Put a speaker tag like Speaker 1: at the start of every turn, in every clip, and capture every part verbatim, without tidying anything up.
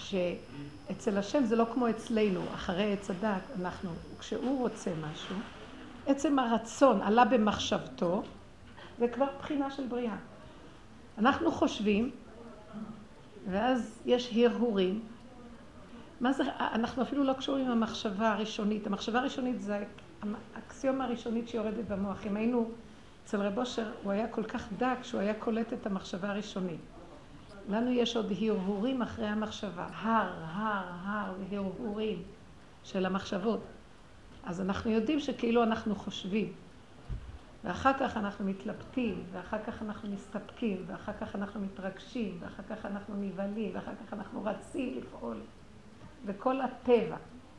Speaker 1: שאצל השם זה לא כמו אצלנו, אחרי עץ הדת, אנחנו, כשהוא רוצה משהו, עצם הרצון עלה במחשבתו, זה כבר בחינה של בריאה. אנחנו חושבים, ואז יש הרהורים. מה זה, אנחנו אפילו לא קשורים עם המחשבה הראשונית. המחשבה הראשונית זה האקסיומה הראשונית שיורדת במוח. אם היינו אצל רב אושר, הוא היה כל כך דק שהוא היה קולט את המחשבה הראשונית. לנו יש עוד הרהורים אחרי המחשבה. הר, הר, הר, הרהורים של המחשבות. אז אנחנו יודעים שכאילו אנחנו חושבים. ואחר כך אנחנו מתלבטים, ואחר כך אנחנו מסתפקים, ואחר כך אנחנו מתרגשים, ואחר כך אנחנו נבהלים, ואחר כך אנחנו רצים לפעול. וכל הטבע.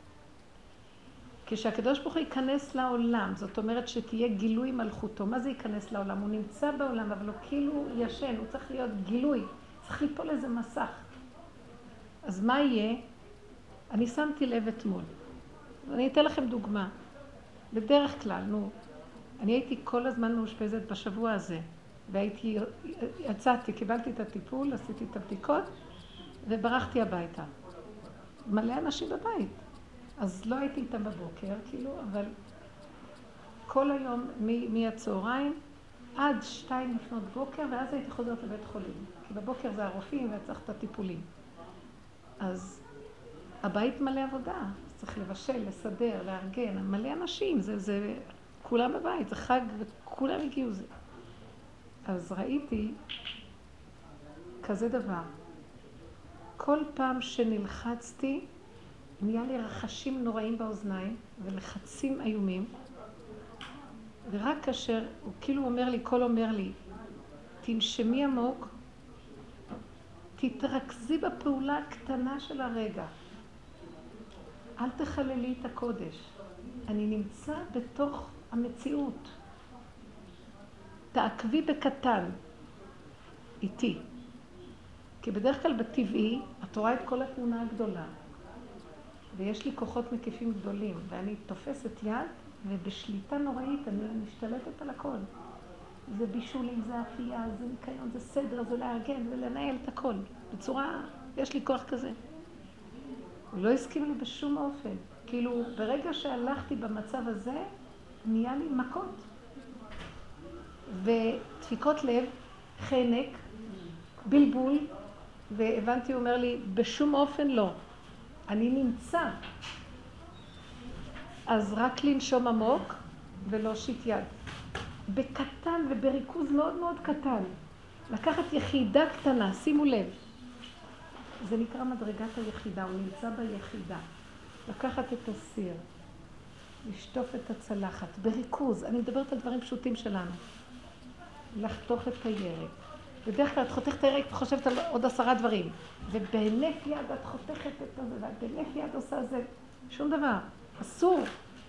Speaker 1: כשהקדוש ברוך הוא ייכנס לעולם, זאת אומרת שתהיה גילוי מלכותו. מה זה ייכנס לעולם? הוא נמצא בעולם, אבל הוא כאילו ישן, הוא צריך להיות גילוי. צריך ליפול איזה מסך. אז מה יהיה? אני שמתי לב אתמול. אני אתן לכם דוגמה. בדרך כלל, נו, אני הייתי כל הזמן מאושפזת בשבוע הזה, והייתי, יצאתי, קיבלתי את הטיפול, עשיתי את הבדיקות, וברחתי הביתה. מלא אנשים בבית. אז לא הייתי איתם בבוקר, כאילו, אבל כל היום מהצהריים עד שתיים לפנות בוקר, ואז הייתי חוזרת לבית חולים. כי בבוקר זה הרופאים וצריך את הטיפולים. אז הבית מלא עבודה, צריך לבשל, לסדר, לארגן, מלא אנשים, זה, זה, כולם בבית, זה חג וכולם הגיעו זה. אז ראיתי כזה דבר. כל פעם שנלחצתי, נהיה לי רחשים נוראים באוזניים ולחצים איומים, ורק כאשר הוא כאילו אומר לי, כל אומר לי, תנשמי עמוק, תתרכזי בפעולה הקטנה של הרגע. אל תחללי את הקודש. אני נמצא בתוך המציאות. תעקבי בקטן, איתי. כי בדרך כלל בטבעי, את רואה את כל התמונה הגדולה. ויש לי כוחות מקיפים גדולים, ואני תופסת יד, ובשליטה נוראית אני משתלטת על הכל. זה בישולים, זה אפייה, זה ניקיון, זה סדר, זה לארגן ולנהל את הכל. בצורה, יש לי כוח כזה. הוא לא הסכים לי בשום אופן. כאילו, ברגע שהלכתי במצב הזה, נהיה לי מכות. ודפיקות לב, חנק, בלבול, והבנתי, הוא אומר לי, בשום אופן לא. אני נמצא. אז רק לנשום עמוק ולהושיט יד. בקטן ובריכוז מאוד מאוד קטן. לקחת יחידה קטנה, שימו לב. זה נקרא מדרגת היחידה, הוא נמצא ביחידה. לקחת את הסיר, לשטוף את הצלחת, בריכוז. אני מדברת על דברים פשוטים שלנו. לחתוך את הירק. בדרך כלל את חותכת את הירק, את חושבת על עוד עשרה דברים. ובהינף יד את חותכת את זה, ובהינף יד עושה זה. שום דבר. אסור.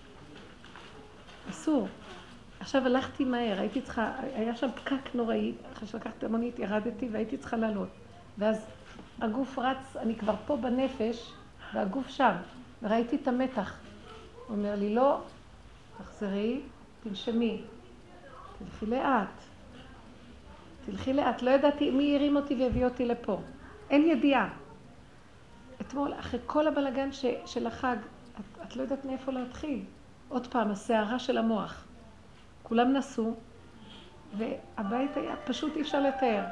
Speaker 1: אסור. עכשיו הלכתי מהר, הייתי צריכה, היה שם פקק נוראי, אחרי שלקחתי המונית, ירדתי והייתי צריכה לעלות. ואז הגוף רץ, אני כבר פה בנפש, והגוף שם, וראיתי את המתח. הוא אומר לי, לא, תחזרי, תנשמי, תלכי לאט. תלכי לאט, לא ידעתי מי הרים אותי והביא אותי לפה. אין ידיעה. אתמול, אחרי כל הבלגן ש, של החג, את, את לא יודעת מאיפה להתחיל. עוד פעם, הסערה של המוח. כולם נסו, והבית היה פשוט אי אפשר לתאר.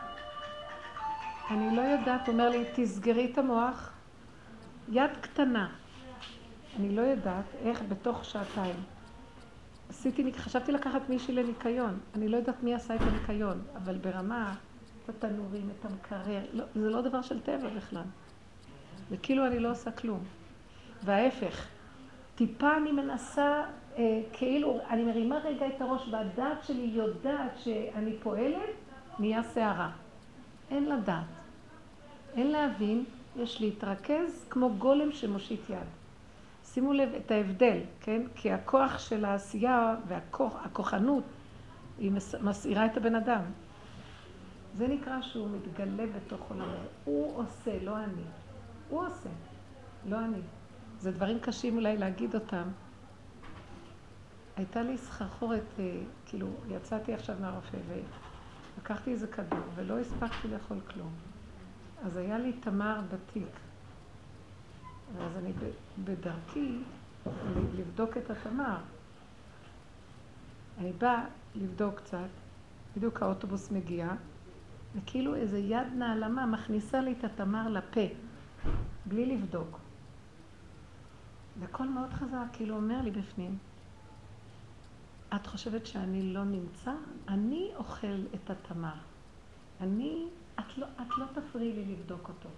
Speaker 1: אני לא יודעת, הוא אומר לי, תסגרי את המוח, יד קטנה. אני לא יודעת איך בתוך שעתיים. עשיתי, חשבתי לקחת מישהי לניקיון. אני לא יודעת מי עשה את הניקיון, אבל ברמה, את התנורים, את המקרר, לא, זה לא דבר של טבע בכלל. וכאילו אני לא עושה כלום. וההפך, טיפה אני מנסה, אה, כאילו, אני מרימה רגע את הראש, והדעת שלי יודעת שאני פועלת, נהיה שערה. אין לה דעת. אין להבין, יש להתרכז כמו גולם שמושיט יד. שימו לב את ההבדל, כן? כי הכוח של העשייה והכוחנות, היא מסעירה את הבן אדם. זה נקרא שהוא מתגלה בתוך עולמו. הוא עושה, לא אני. הוא עושה, לא אני. זה דברים קשים אולי להגיד אותם. הייתה לי סחרחורת, כאילו, יצאתי עכשיו מהרופא ולקחתי איזה כדור ולא הספקתי לאכול כלום. אז היה לי תמר בתיק, ואז אני בדרכי לבדוק את התמר. אני באה לבדוק קצת, בדיוק האוטובוס מגיע, וכאילו איזה יד נעלמה מכניסה לי את התמר לפה, בלי לבדוק. והכל מאוד חזק, כאילו אומר לי בפנים, את חושבת שאני לא נמצא? אני אוכל את התמר. אני, את לא, את לא תפריעי לי לבדוק אותו.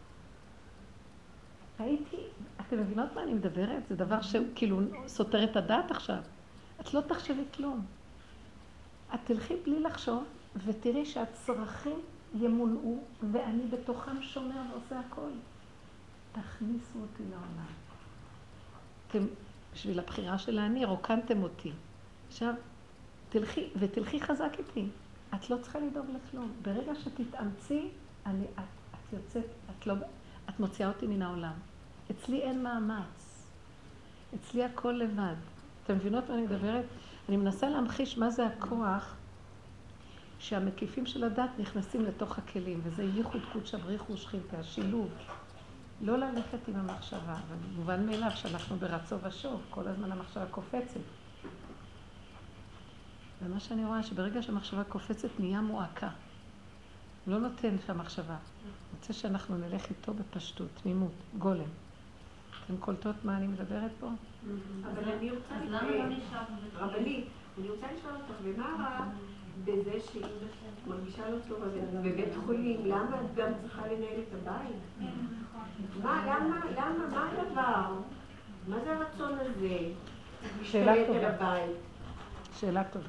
Speaker 1: ראיתי, אתם מבינות מה אני מדברת? זה דבר שכאילו סותר את הדעת עכשיו. את לא תחשבי כלום. את תלכי בלי לחשוב, ותראי שהצרכים ימולאו, ואני בתוכם שומר ועושה הכל. תכניסו אותי לעולם. אתם, בשביל הבחירה של אני, רוקנתם אותי. עכשיו, תלכי, ותלכי חזק איתי. את לא צריכה לדאוג לכלום. ברגע שתתאמצי, אני, את, את יוצאת, את לא, את מוציאה אותי מן העולם. אצלי אין מאמץ. אצלי הכל לבד. אתם מבינות מה אני מדברת? אני מנסה להמחיש מה זה הכוח שהמקיפים של הדת נכנסים לתוך הכלים, וזה ייחוד קודשא בריחו ושכינתה, השילוב. לא ללכת עם המחשבה, ומובן מאליו שאנחנו ברצו ושוב, כל הזמן המחשבה קופצת. ומה שאני רואה שברגע שהמחשבה קופצת נהיה מועקה. לא נותן שהמחשבה. רוצה שאנחנו נלך איתו בפשטות, תמימות, גולם. אתם קולטות מה אני מדברת פה?
Speaker 2: אבל אני רוצה רבנית, אני רוצה לשאול אותך, ומה רע בזה שהיא מרגישה לא טוב בבית חולים, למה את גם צריכה לנהל את הבית? מה, למה, למה, מה הדבר? מה זה הרצון הזה?
Speaker 1: שאלה טובה. שאלה טובה.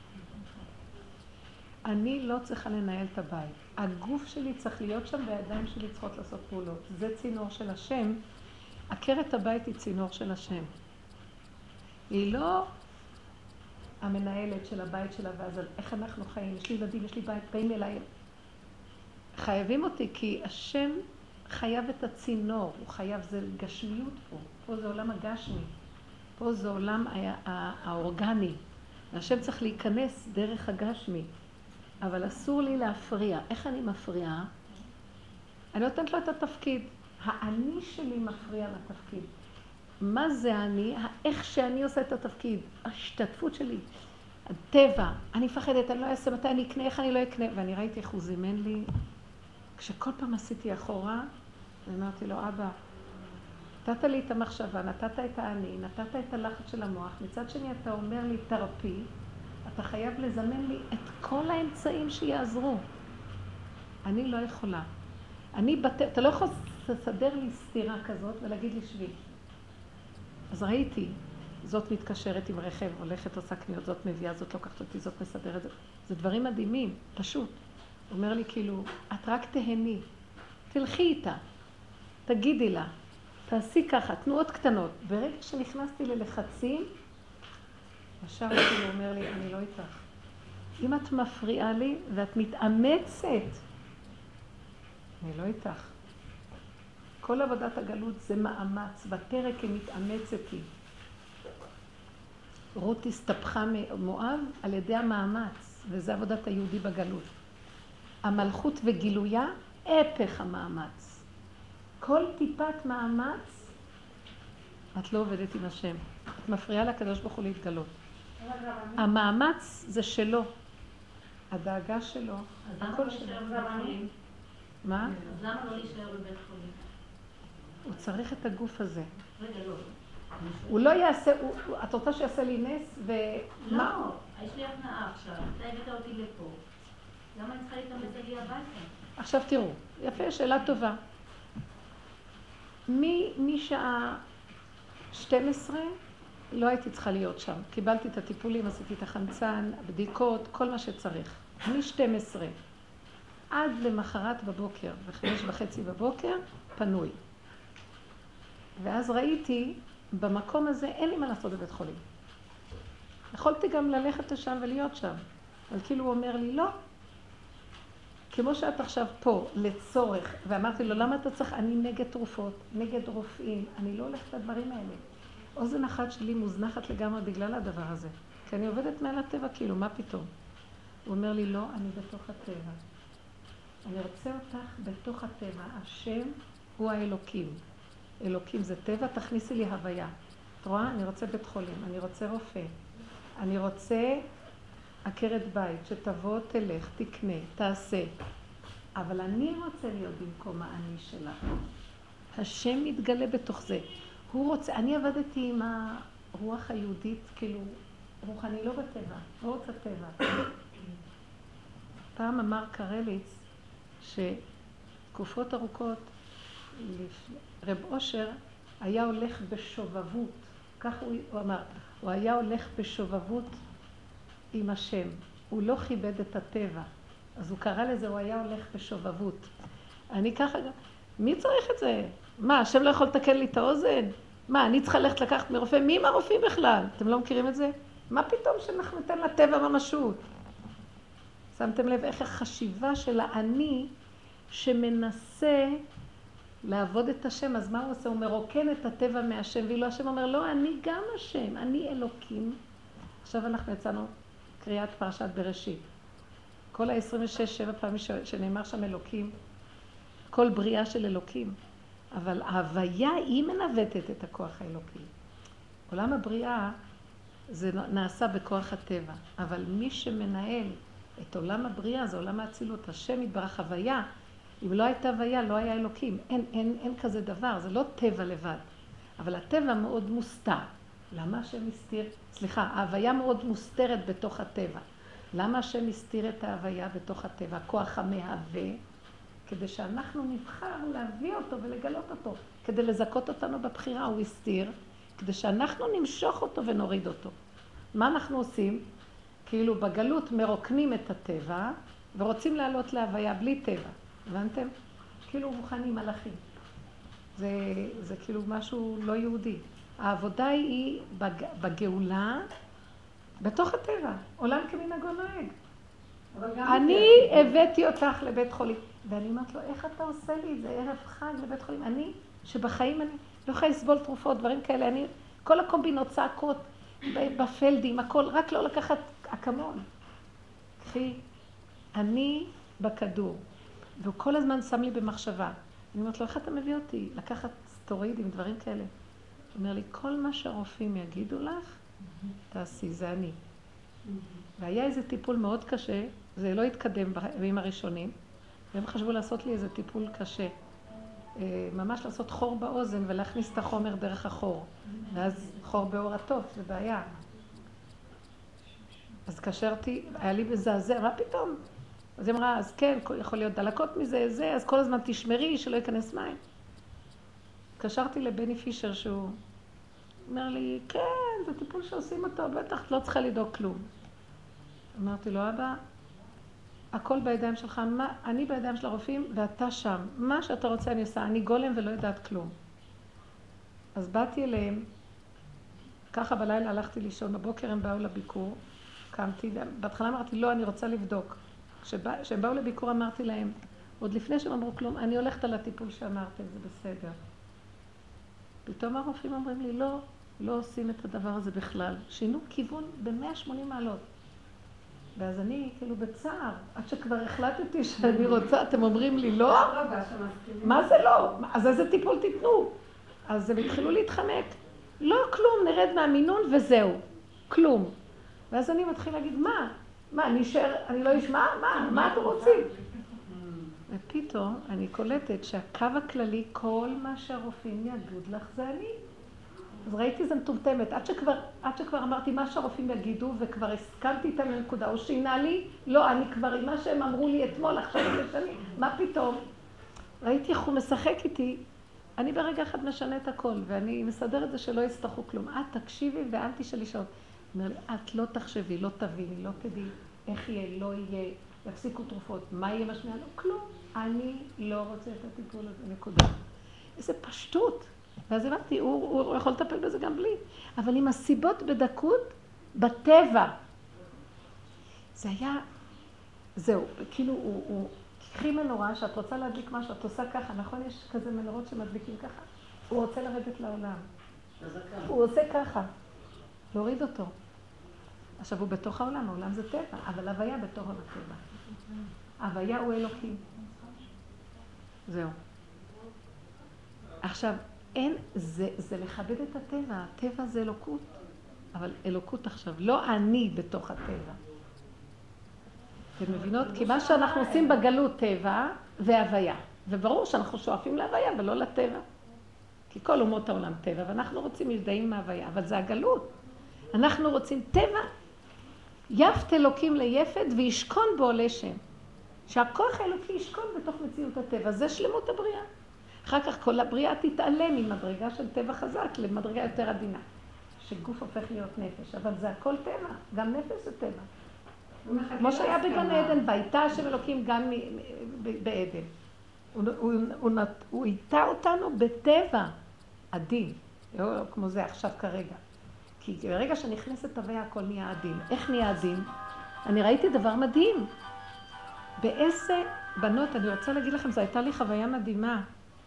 Speaker 1: אני לא צריכה לנהל את הבית. הגוף שלי צריך להיות שם והידיים שלי צריכות לעשות פעולות. זה צינור של השם. עקרת הבית היא צינור של השם. היא לא המנהלת של הבית שלה, ואז איך אנחנו חיים, יש לי ילדים, יש לי בית, באים אליי. חייבים אותי, כי השם חייב את הצינור, הוא חייב, זה גשמיות פה. פה זה עולם הגשמי. פה זה עולם האורגני. השם צריך להיכנס דרך הגשמי. אבל אסור לי להפריע. איך אני מפריעה? אני נותנת לו את התפקיד. האני שלי מפריע לתפקיד. מה זה אני? איך שאני עושה את התפקיד. ההשתתפות שלי. הטבע. אני מפחדת, אני לא אעשה מתי אני אקנה, איך אני לא אקנה. ואני ראיתי איך הוא זימן לי. כשכל פעם עשיתי אחורה, אמרתי לו, אבא, נתת לי את המחשבה, נתת את האני, נתת את הלחץ של המוח. מצד שני אתה אומר לי, תרפי. אתה חייב לזמן לי את כל האמצעים שיעזרו. אני לא יכולה. אני בת... אתה לא יכול לסדר לי סתירה כזאת ולהגיד לי שבי. אז ראיתי, זאת מתקשרת עם רכב, הולכת עושה קניות, זאת מביאה, זאת לוקחת אותי, זאת מסדרת. זה דברים מדהימים, פשוט. הוא אומר לי כאילו, את רק תהני, תלכי איתה, תגידי לה, תעשי ככה, תנועות קטנות. ברגע שנכנסתי ללחצים, ישר הוא אומר לי, אני לא איתך. אם את מפריעה לי ואת מתאמצת, אני לא איתך. כל עבודת הגלות זה מאמץ, בפרק היא מתאמצת היא. רות הסתפחה ממואב על ידי המאמץ, וזה עבודת היהודי בגלות. המלכות וגילויה, הפך המאמץ. כל טיפת מאמץ, את לא עובדת עם השם. את מפריעה לקדוש ברוך הוא להתגלות. המאמץ זה שלו. הדאגה שלו, הכל שלו. מה?
Speaker 3: אז למה לא להישאר בבית חולים?
Speaker 1: הוא צריך את הגוף הזה.
Speaker 3: רגע, לא.
Speaker 1: הוא לא יעשה, את רוצה שיעשה לי נס ו...
Speaker 3: לא, יש לי הפנאה עכשיו. אתה הבאת אותי לפה. למה אני צריכה להתאמץ להגיע הביתה?
Speaker 1: עכשיו תראו, יפה, שאלה טובה. משעה שתים עשרה לא הייתי צריכה להיות שם. קיבלתי את הטיפולים, עשיתי את החמצן, בדיקות, כל מה שצריך. מ-שתים עשרה עד למחרת בבוקר, וחמש וחצי בבוקר, פנוי. ואז ראיתי, במקום הזה אין לי מה לעשות בבית חולים. יכולתי גם ללכת לשם ולהיות שם. אבל כאילו הוא אומר לי, לא. כמו שאת עכשיו פה, לצורך, ואמרתי לו, למה אתה צריך? אני נגד תרופות, נגד רופאים, אני לא הולכת לדברים האלה. אוזן אחת שלי מוזנחת לגמרי בגלל הדבר הזה. כי אני עובדת מעל הטבע, כאילו, מה פתאום? הוא אומר לי, לא, אני בתוך הטבע. אני רוצה אותך בתוך הטבע. השם הוא האלוקים. אלוקים זה טבע, תכניסי לי הוויה. את רואה? אני רוצה בית חולים, אני רוצה רופא, אני רוצה עקרת בית, שתבוא, תלך, תקנה, תעשה. אבל אני רוצה להיות במקום האני שלך. השם מתגלה בתוך זה. הוא רוצה, אני עבדתי עם הרוח היהודית, כאילו, רוח, אני לא בטבע, לא רוצה טבע. פעם אמר קרליץ, שתקופות ארוכות, רב אושר היה הולך בשובבות, כך הוא, הוא אמר, הוא היה הולך בשובבות עם השם, הוא לא כיבד את הטבע, אז הוא קרא לזה, הוא היה הולך בשובבות. אני ככה, מי צריך את זה? מה, השם לא יכול לתקן לי את האוזן? מה, אני צריכה ללכת לקחת מרופא? מי עם הרופאים בכלל? אתם לא מכירים את זה? מה פתאום שאנחנו ניתן לטבע ממשות? שמתם לב איך החשיבה של האני שמנסה לעבוד את השם, אז מה הוא עושה? הוא מרוקן את הטבע מהשם, ואילו השם אומר, לא, אני גם השם, אני אלוקים. עכשיו אנחנו יצאנו קריאת פרשת בראשית. כל ה-עשרים ושש, שבע פעמים שנאמר שם אלוקים, כל בריאה של אלוקים. אבל ההוויה היא מנווטת את הכוח האלוקי. עולם הבריאה זה נעשה בכוח הטבע, אבל מי שמנהל את עולם הבריאה זה עולם האצילות. השם יתברך הוויה. אם לא הייתה הוויה, לא היה אלוקים. אין, אין, אין כזה דבר, זה לא טבע לבד. אבל הטבע מאוד מוסתר. למה השם מסתיר? סליחה, ההוויה מאוד מוסתרת בתוך הטבע. למה השם מסתיר את ההוויה בתוך הטבע? הכוח המהווה, כדי שאנחנו נבחר להביא אותו ולגלות אותו. כדי לזכות אותנו בבחירה, הוא הסתיר, כדי שאנחנו נמשוך אותו ונוריד אותו. מה אנחנו עושים? כאילו בגלות מרוקנים את הטבע, ורוצים לעלות להוויה בלי טבע. הבנתם? כאילו מוכנים מלאכים. זה, זה כאילו משהו לא יהודי. העבודה היא בג, בגאולה, בתוך הטבע. עולם כמנהגו נוהג. אני הבאתי אותך לבית חולים. ואני אומרת לו, איך אתה עושה לי את זה? ערב חג לבית חולים. אני, שבחיים אני לא יכולה לסבול תרופות, דברים כאלה. אני, כל הקומבינות צעקות בפלדים, הכל, רק לא לקחת אקמון. קחי, אני בכדור. והוא כל הזמן שם לי במחשבה. אני אומרת לו, איך אתה מביא אותי? לקחת סטרואידים, דברים כאלה. הוא אומר לי, כל מה שהרופאים יגידו לך, תעשי, זה אני. והיה איזה טיפול מאוד קשה, זה לא התקדם בימים הראשונים, והם חשבו לעשות לי איזה טיפול קשה. ממש לעשות חור באוזן ולהכניס את החומר דרך החור. ואז חור באור הטוב, זה בעיה. אז קשרתי, היה לי מזעזע, מה פתאום? אז היא אמרה, אז כן, יכול להיות דלקות מזה, זה, אז כל הזמן תשמרי שלא ייכנס מים. קשרתי לבני פישר שהוא אומר לי, כן, זה טיפול שעושים אותו, בטח לא צריכה לדאוג כלום. אמרתי לו, אבא, הכל בידיים שלך, מה, אני בידיים של הרופאים ואתה שם. מה שאתה רוצה אני עושה, אני גולם ולא יודעת כלום. אז באתי אליהם, ככה בלילה הלכתי לישון, בבוקר הם באו לביקור, קמתי, בהתחלה אמרתי, לא, אני רוצה לבדוק. כשהם באו לביקור אמרתי להם, עוד לפני שהם אמרו כלום, אני הולכת על הטיפול שאמרתם, זה בסדר. פתאום הרופאים אומרים לי, לא, לא עושים את הדבר הזה בכלל. שינו כיוון ב-מאה ושמונים מעלות. ואז אני כאילו בצער, עד שכבר החלטתי שאני רוצה, אתם אומרים לי, לא? מה זה לא? אז איזה טיפול תיתנו? אז הם התחילו להתחמק. לא, כלום, נרד מהמינון וזהו. כלום. ואז אני מתחיל להגיד, מה? מה, אני אשאר, אני לא אשמע? מה? מה אתם רוצים? ופתאום אני קולטת שהקו הכללי, כל מה שהרופאים יגיד לך זה אני. אז ראיתי זה מטומטמת, עד שכבר, עד שכבר אמרתי מה שהרופאים יגידו, וכבר הסכמתי איתם לנקודה, או שינה לי, לא, אני כבר עם מה שהם אמרו לי אתמול, עכשיו לשני, מה פתאום? ראיתי איך הוא משחק איתי, אני ברגע אחד משנה את הכל, ואני מסדר את זה שלא יצטרכו כלום. את תקשיבי ואל תשאלי שעות. אומר לי, את לא תחשבי, לא תביני, לא תדעי איך יהיה, לא יהיה, יפסיקו תרופות, מה יהיה משמע? לא, כלום. אני לא רוצה את הטיפול הזה, נקודה. איזה פשטות. ואז הבנתי, הוא, הוא יכול לטפל בזה גם בלי. אבל עם הסיבות בדקות, בטבע. זה היה, זהו, כאילו הוא, הוא קחי מנורה שאת רוצה להדליק משהו, את עושה ככה, נכון? יש כזה מנורות שמדליקים ככה? הוא רוצה לרדת לעולם. הוא עושה ככה. להוריד אותו. עכשיו הוא בתוך העולם, העולם זה טבע, אבל הוויה בתוך הטבע. הוויה הוא אלוקים. זהו. עכשיו, אין, זה, זה לכבד את הטבע. הטבע זה אלוקות. אבל אלוקות עכשיו, לא אני בתוך הטבע. אתם מבינות? כי מה שאנחנו עושים בגלות טבע והוויה. וברור שאנחנו שואפים להוויה ולא לטבע. כי כל אומות העולם טבע, ואנחנו רוצים להזדהים מהוויה, אבל זה הגלות. אנחנו רוצים טבע, יפת אלוקים ליפת וישכון בו לשם. שהכוח האלוקי ישכון בתוך מציאות הטבע, זה שלמות הבריאה. אחר כך כל הבריאה תתעלם ממדרגה של טבע חזק למדרגה יותר עדינה. שגוף הופך להיות נפש, אבל זה הכל טבע, גם נפש זה טבע. כמו שהיה בגן עדן, והייתה השם אלוקים גם בעדן. הוא איתה אותנו בטבע עדין, לא כמו זה עכשיו כרגע. כי ברגע שנכנסת הוויה הכל נהיה עדין. איך נהיה עדין? אני ראיתי דבר מדהים. בעשר בנות, אני רוצה להגיד לכם, זו הייתה לי חוויה מדהימה.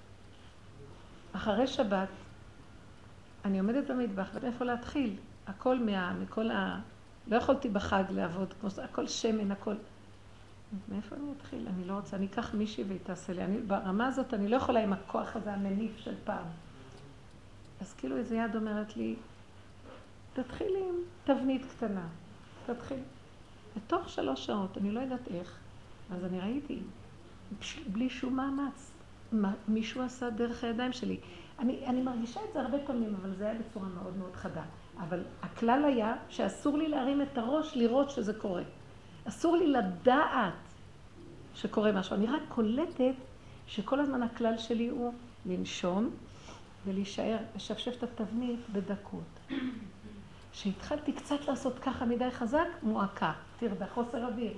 Speaker 1: אחרי שבת, אני עומדת במטבח, ואיפה להתחיל? הכל מה, מכל ה... לא יכולתי בחג לעבוד, כמו הכל שמן, הכל... מאיפה אני אתחיל? אני לא רוצה, אני אקח מישהי והיא תעשה לי. אני, ברמה הזאת אני לא יכולה עם הכוח הזה המניף של פעם. אז כאילו איזו יד אומרת לי, תתחיל עם תבנית קטנה, תתחיל. בתוך שלוש שעות, אני לא יודעת איך, אז אני ראיתי, בלי שום מאמץ, מישהו עשה דרך הידיים שלי. אני, אני מרגישה את זה הרבה פעמים, אבל זה היה בצורה מאוד מאוד חדה. אבל הכלל היה שאסור לי להרים את הראש לראות שזה קורה. אסור לי לדעת שקורה משהו. אני רק קולטת שכל הזמן הכלל שלי הוא לנשום ולהישאר, לשפשף את התבנית בדקות. שהתחלתי קצת לעשות ככה מדי חזק, מועקה, תרדה, חוסר אוויר.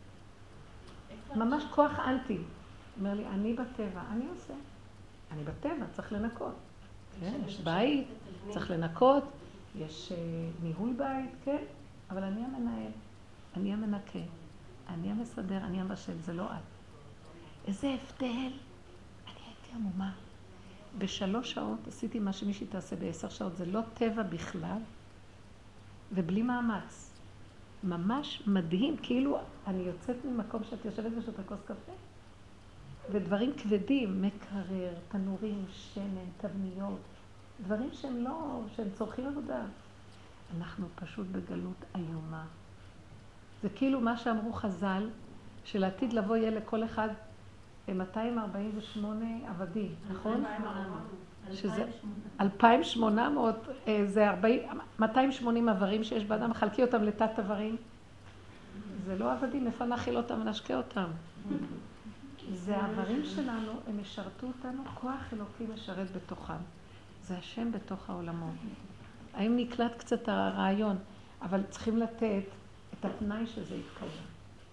Speaker 1: ממש כוח אנטי. אומר לי, אני בטבע, אני עושה. אני בטבע, צריך לנקות. כן, יש בית, צריך לנקות, יש ניהול בית, כן, אבל אני המנהל, אני המנקה, אני המסדר, אני המבשל, זה לא את. איזה הבדל. אני הייתי עמומה. בשלוש שעות עשיתי מה שמישהי תעשה בעשר שעות, זה לא טבע בכלל, ובלי מאמץ. ממש מדהים, כאילו אני יוצאת ממקום שאת יושבת ושותה כוס קפה, ודברים כבדים, מקרר, תנורים, שמן, תבניות, דברים שהם לא, שהם צורכים עבודה. אנחנו פשוט בגלות איומה. זה כאילו מה שאמרו חז"ל, שלעתיד לבוא יהיה לכל אחד מאתיים ארבעים ושמונה עבדים, נכון? שזה אלפיים ושמונה מאות, זה מאתיים ושמונים עברים שיש באדם, מחלקי אותם לתת עברים. זה לא עבדים, איפה נאכיל אותם ונשקה אותם. זה העברים שלנו, הם משרתו אותנו, כוח אלוקי משרת בתוכם. זה השם בתוך העולמות. האם נקלט קצת הרעיון, אבל צריכים לתת את התנאי שזה יתקיים.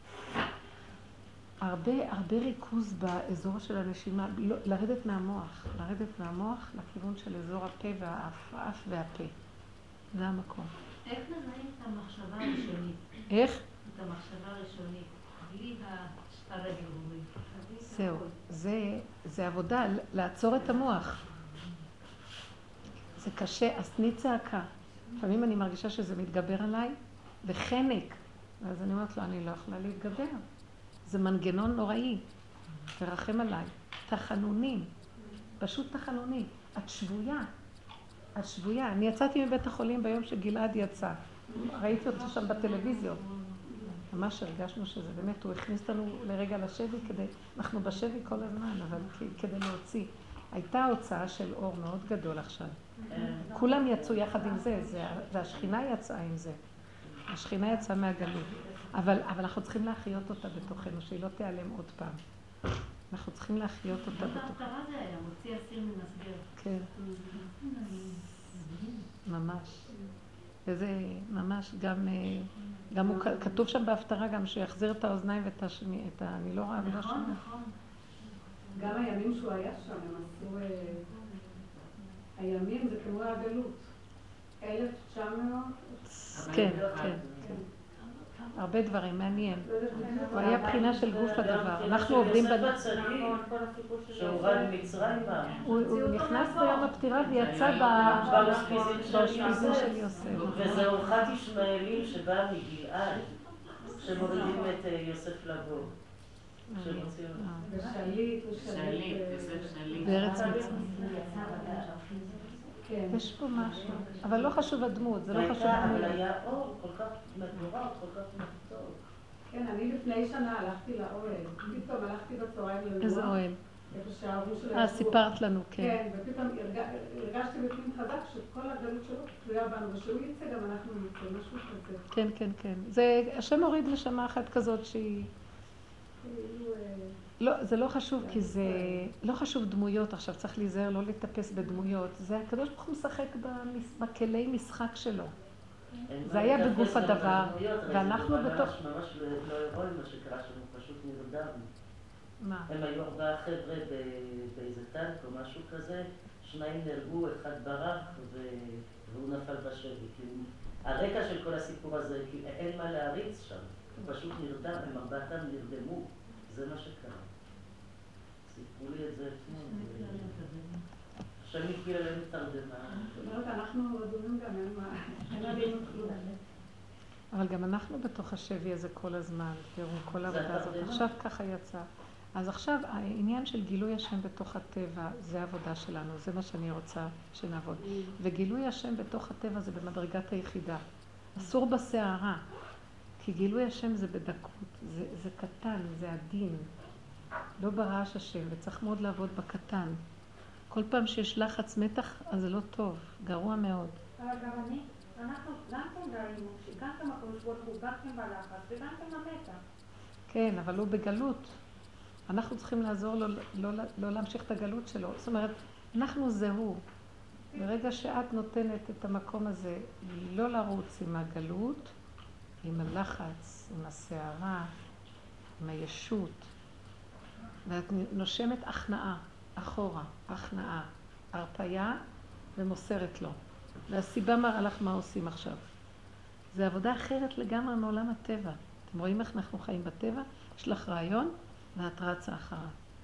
Speaker 1: הרבה, הרבה ריכוז באזור של הנשימה, לא, לרדת מהמוח, לרדת מהמוח לכיוון של אזור הפה והאף, האף והפה. זה המקום.
Speaker 3: איך נזהים את המחשבה הראשונית?
Speaker 1: איך?
Speaker 3: את המחשבה הראשונית, בלי השטר הגירורי.
Speaker 1: זהו, זה, זה עבודה, לעצור את המוח. זה קשה, אז תני צעקה. לפעמים אני מרגישה שזה מתגבר עליי, וחנק. ואז אני אומרת לו, אני לא יכולה להתגבר. זה מנגנון נוראי. תרחם עליי. תחנונים. פשוט תחנונים. את שבויה. את שבויה. אני יצאתי מבית החולים ביום שגלעד יצא. ראיתי אותו שם בטלוויזיות. ממש הרגשנו שזה באמת, הוא הכניס לנו לרגע לשבי כדי, אנחנו בשבי כל הזמן, אבל כדי להוציא. הייתה הוצאה של אור מאוד גדול עכשיו. כולם יצאו יחד עם זה, זה, והשכינה יצאה עם זה. השכינה יצאה מהגלות. אבל, אבל אנחנו צריכים להחיות אותה בתוכנו, שהיא לא תיעלם עוד פעם. אנחנו צריכים להחיות אותה בתוכנו.
Speaker 3: זאת ההפטרה זה היה, מוציא אסיר ממסגר.
Speaker 1: כן. ממש. וזה ממש גם, גם הוא כתוב שם בהפטרה גם שיחזיר את האוזניים ואת השמי, את ה... אני לא רואה ולא שומע.
Speaker 3: נכון, נכון.
Speaker 2: גם הימים שהוא היה שם, הם עשו... הימים זה כמו הגלות. אלף תשע מאות?
Speaker 1: כן, כן. הרבה דברים, מעניין. הוא היה בחינה של גוף הדבר. אנחנו עובדים בד...
Speaker 4: שהורד מצרים בה.
Speaker 1: הוא נכנס ביום הפטירה ויצא באושפיזין של יוסף.
Speaker 4: וזה אורחת ישמעאלים שבאה מגלעד, שמורידים את יוסף לבור. שמוציאו.
Speaker 2: ושליט,
Speaker 5: שליט, יוסף שליט.
Speaker 1: בארץ מצרים. יש פה משהו, אבל לא חשוב הדמות, זה לא חשוב
Speaker 4: אבל
Speaker 1: הדמות.
Speaker 4: היה אור כל כך מבורך, כל כך מתוק.
Speaker 2: כן, אני לפני שנה הלכתי לאוהל. פתאום הלכתי בצהריים ללוח.
Speaker 1: איזה אוהל?
Speaker 2: איפה שהאהבו שלה.
Speaker 1: אה, סיפרת לנו, כן.
Speaker 2: כן, ופתאום הרגשתי בפנים חזק שכל הגלות שלו תלויה בנו, ושהוא יצא גם אנחנו נצא, משהו כזה.
Speaker 1: כן, כן, כן. זה, השם הוריד נשמה אחת כזאת שהיא... לא, זה לא חשוב, כי זה... לא חשוב דמויות, עכשיו צריך להיזהר, לא לטפס בדמויות. זה הקדוש ברוך הוא משחק בכלי משחק שלו. זה היה בגוף הדבר, ואנחנו בתוך...
Speaker 4: ממש לא רואים מה שקרה שם, פשוט נרדמנו.
Speaker 1: מה?
Speaker 4: הם היו ארבעה חבר'ה באיזה טנק או משהו כזה, שניים נהרגו, אחד ברח והוא נפל בשבי. הרקע של כל הסיפור הזה, כי אין מה להריץ שם, הוא פשוט נרדם, הם ארבעתם נרדמו, זה מה שקרה. סיפרו לי את זה אתמול. עכשיו נתגיל עליהם תרדמה.
Speaker 2: זאת אומרת, אנחנו אדומים גם, אין עלינו כלום.
Speaker 1: אבל גם אנחנו בתוך השבי הזה כל הזמן, תראו, כל העבודה הזאת. עכשיו ככה יצא. אז עכשיו העניין של גילוי השם בתוך הטבע, זה העבודה שלנו, זה מה שאני רוצה שנעבוד. וגילוי השם בתוך הטבע זה במדרגת היחידה. אסור בסערה, כי גילוי השם זה בדקות, זה, זה קטן, זה עדין. לא ברעש השם, וצריך מאוד לעבוד בקטן. כל פעם שיש לחץ מתח, אז זה לא טוב, גרוע מאוד.
Speaker 6: אבל גם אני, אנחנו גם כן ראינו שגם כן הקדוש ברוך הוא גם כן בלחץ וגם כן במתח.
Speaker 1: כן, אבל הוא בגלות. אנחנו צריכים לעזור לו לא, לא, לא להמשיך את הגלות שלו. זאת אומרת, אנחנו זהו. ברגע שאת נותנת את המקום הזה, לא לרוץ עם הגלות, עם הלחץ, עם הסערה, עם הישות, ואת נושמת הכנעה, אחורה, הכנעה, הרפיה ומוסרת לו. והסיבה מראה לך מה עושים עכשיו. זה עבודה אחרת לגמרי מעולם הטבע. אתם רואים איך אנחנו חיים בטבע? יש לך רעיון ואת רצה אחריו.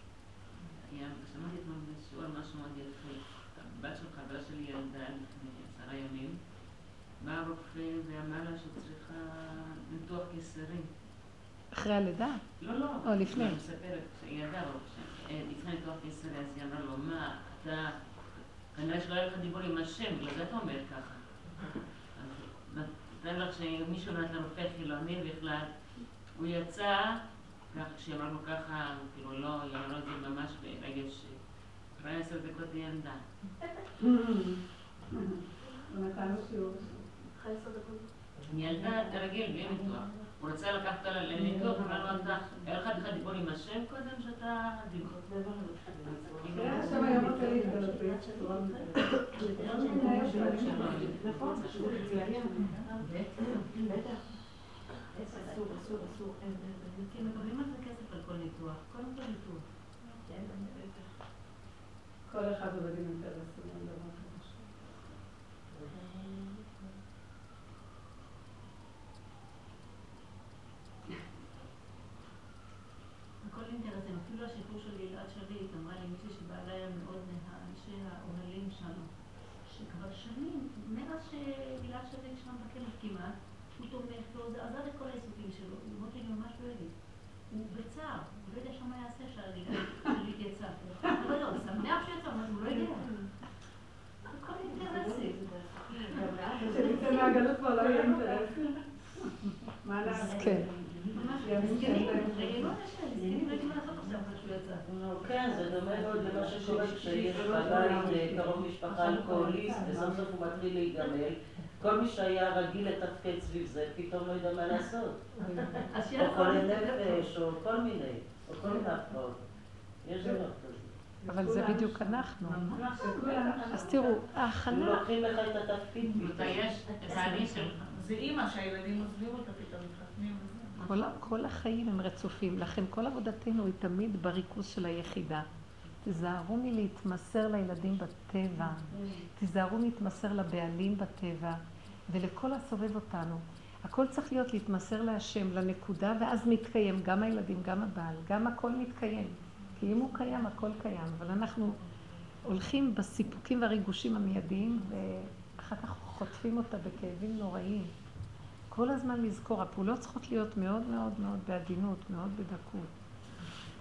Speaker 5: שמעתי אתמול בשיעור על משהו מאוד יפה. הבת של חברה שלי ילדה לפני עשרה ימים. בא הרופא ואמר לה שצריכה ניתוח קיסרי.
Speaker 1: אחרי הלידה?
Speaker 5: לא, לא.
Speaker 1: או לפני.
Speaker 5: אני מספרת שהיא ילדה לפני ניתוח קיסרי, אז היא אמרה לו, מה, אתה... כנראה שלא היה לך דיבור עם השם, בגלל זה אתה אומר ככה. אז נתן לך שמישהו נתן לרופא חילוני בכלל, הוא יצא, כשהיא אמרה לו ככה, כאילו לא, היא אמרה את זה ממש ברגש, אחרי עשר דקות היא ילדה.
Speaker 2: נתנו שיעור.
Speaker 6: אחרי עשר דקות.
Speaker 5: היא ילדה תרגיל, בלי ניתוח. הוא רצה לקחת אותה לניתוח, אמרה לו, אתה, היה לך לך דיבור עם השם קודם שאתה דיבור?
Speaker 2: כן, השם היום רוצה להתגלות ביד שתורה מתגלות. נכון, חשוב לציין.
Speaker 6: בטח. אסור, אסור, אסור.
Speaker 3: כי הם מקבלים על זה כסף על כל ניתוח. קודם כל ניתוח.
Speaker 2: כל אחד עובדים אינטרסים על דבר חדש.
Speaker 3: הכל אינטרסים. אפילו השיפור של גלעד שליט, אמרה לי מישהי שבעלה היה מאוד אנשי האוהלים שם, שכבר שנים, מאז שגלעד שליט שם בכלב כמעט, הוא תומך לו, זה עזב את כל העיסוקים שלו, הוא אמרת לי ממש דואגת. הוא בצער, הוא לא יודע שמה יעשה שהגלעד שליט יצא. אבל לא, הוא שמח שיצא, אבל הוא לא יודע. הכל אינטרסים.
Speaker 2: כשנצא מהגלות כבר לא יהיה אינטרסים. מה נעשה?
Speaker 1: כן.
Speaker 4: כן, זה דומה מאוד למה שקורה כשיש בבית קרוב משפחה אלכוהוליסט וסוף סוף הוא מתחיל להיגמל. כל מי שהיה רגיל לתפקד סביב זה, פתאום לא יודע מה לעשות. או חולה נפש, או כל מיני, או כל מיני הפרעות. יש דבר כזה.
Speaker 1: אבל זה בדיוק אנחנו. אז תראו, ההכנה...
Speaker 4: לוקחים לך את התפקיד.
Speaker 5: יש את האני שלך.
Speaker 7: זה אימא שהילדים עוזבים אותה פתאום מתחתנים.
Speaker 1: כל, כל החיים הם רצופים, לכן כל עבודתנו היא תמיד בריכוז של היחידה. תיזהרו מלהתמסר לילדים בטבע, תיזהרו מלהתמסר לבעלים בטבע ולכל הסובב אותנו. הכל צריך להיות להתמסר להשם, לנקודה, ואז מתקיים גם הילדים, גם הבעל, גם הכל מתקיים. כי אם הוא קיים, הכל קיים. אבל אנחנו הולכים בסיפוקים והריגושים המיידיים ואחר כך חוטפים אותה בכאבים נוראים. כל הזמן לזכור, הפעולות צריכות להיות מאוד מאוד מאוד בעדינות, מאוד בדקות.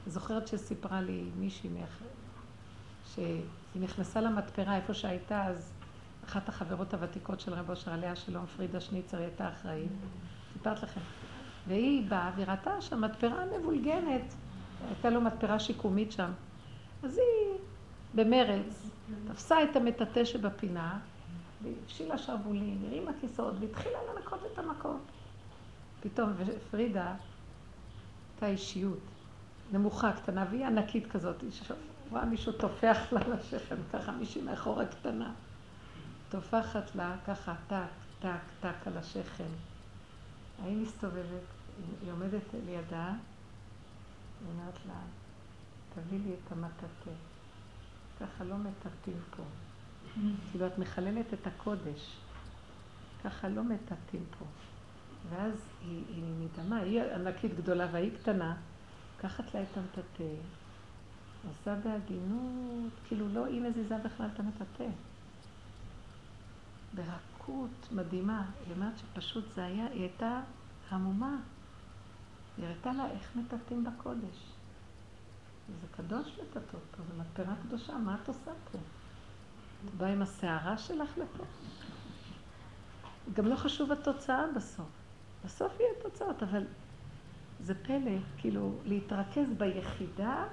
Speaker 1: זוכרת שסיפרה לי מישהי מאחר, שהיא נכנסה למתפרה איפה שהייתה, אז אחת החברות הוותיקות של רב אושר עליה שלום, פרידה שניצר, הייתה אחראית, סיפרת לכם. והיא באה וראתה שהמתפרה מבולגנת, הייתה לו מתפרה שיקומית שם. אז היא במרץ תפסה את המטאטא שבפינה, והפשילה שרבולים, הרימה כיסאות, והתחילה לנקות את המקום. פתאום פרידה הייתה אישיות נמוכה, קטנה, והיא ענקית כזאת, רואה מישהו תופח לה לשכם, ככה מישהי מאחורה קטנה. תופחת לה ככה טק, טק, טק על השכם. היא מסתובבת, היא עומדת לידה, היא אומרת לה, תביא לי את המטאטא. ככה לא מטאטאים פה. כאילו את מחללת את הקודש. ככה לא מטאטאים פה. ואז היא, היא נדמה, היא ענקית גדולה והיא קטנה, לקחת לה את המטאטא, עושה בהגינות, כאילו לא היא מזיזה בכלל את המטאטא. ברכות מדהימה, היא אומרת שפשוט זה היה, היא הייתה המומה. היא הראתה לה איך מטאטאים בקודש. זה קדוש לטאטות פה, זה מתפרה קדושה, מה את עושה פה? את באה עם השערה שלך לפה? גם לא חשוב התוצאה בסוף. בסוף יהיה תוצאות, אבל זה פלא, כאילו להתרכז ביחידה,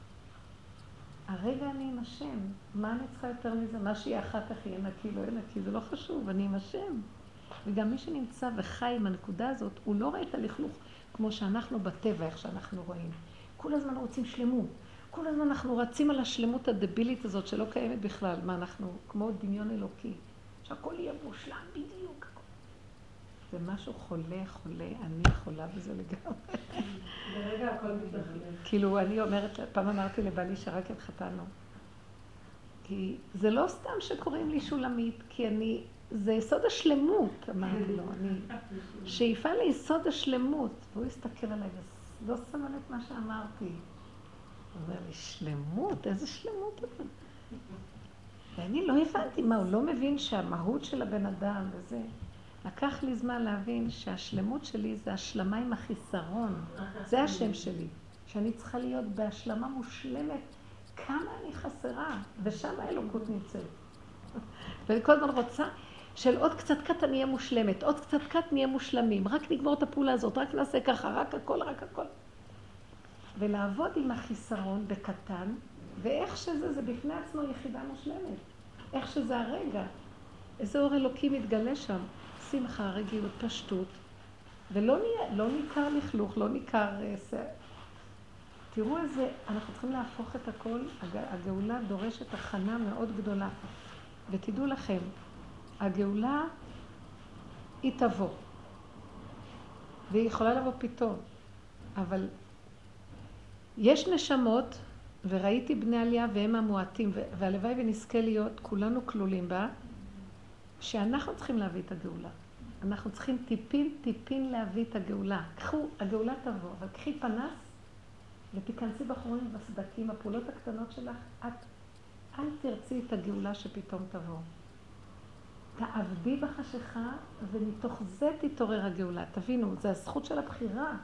Speaker 1: הרגע אני עם השם. מה אני צריכה יותר מזה? מה שיהיה אחר כך יהיה נקי, לא יהיה נקי, זה לא חשוב, אני עם השם. וגם מי שנמצא וחי עם הנקודה הזאת, הוא לא רואה את הלכלוך, כמו שאנחנו בטבע, איך שאנחנו רואים. כל הזמן רוצים שלמות. כל הזמן אנחנו רצים על השלמות הדבילית הזאת שלא קיימת בכלל. מה אנחנו, כמו דמיון אלוקי, שהכל יהיה מושלם בדיוק. זה משהו חולה, חולה, אני חולה בזה לגמרי.
Speaker 2: ברגע הכל מתנחלת.
Speaker 1: כאילו, אני אומרת, פעם אמרתי לבעלי שרק התחתנו. כי זה לא סתם שקוראים לי שולמית, כי אני, זה יסוד השלמות, אמרתי לו, אני שאיפה ליסוד השלמות. והוא הסתכל עליי ולא שם על את מה שאמרתי. הוא אומר לי, שלמות? איזה שלמות אתה? ואני לא הבנתי מה, הוא לא מבין שהמהות של הבן אדם וזה. לקח לי זמן להבין שהשלמות שלי זה השלמה עם החיסרון. זה השם שלי. שאני צריכה להיות בהשלמה מושלמת. כמה אני חסרה, ושם האלוקות נמצאת. ואני כל הזמן רוצה של עוד קצת קט אני אהיה מושלמת, עוד קצת קט נהיה מושלמים, רק נגמור את הפעולה הזאת, רק נעשה ככה, רק הכל, רק הכל. ולעבוד עם החיסרון בקטן, ואיך שזה, זה בפני עצמו יחידה מושלמת. איך שזה הרגע. איזה אור אלוקי מתגלה שם. שמחה, רגיעות, פשטות, ולא נהיה, לא ניכר לכלוך, לא ניכר... תראו איזה, אנחנו צריכים להפוך את הכל, הגאולה דורשת הכנה מאוד גדולה. ותדעו לכם, הגאולה היא תבוא, והיא יכולה לבוא פתאום, אבל יש נשמות, וראיתי בני עלייה והם המועטים, והלוואי ונזכה להיות, כולנו כלולים בה, שאנחנו צריכים להביא את הגאולה. אנחנו צריכים טיפין טיפין להביא את הגאולה. קחו, הגאולה תבוא, אבל קחי פנס ותיכנסי בחורים ובסדקים, הפעולות הקטנות שלך, את אל תרצי את הגאולה שפתאום תבוא. תעבדי בחשיכה ומתוך זה תתעורר הגאולה. תבינו, זה הזכות של הבחירה.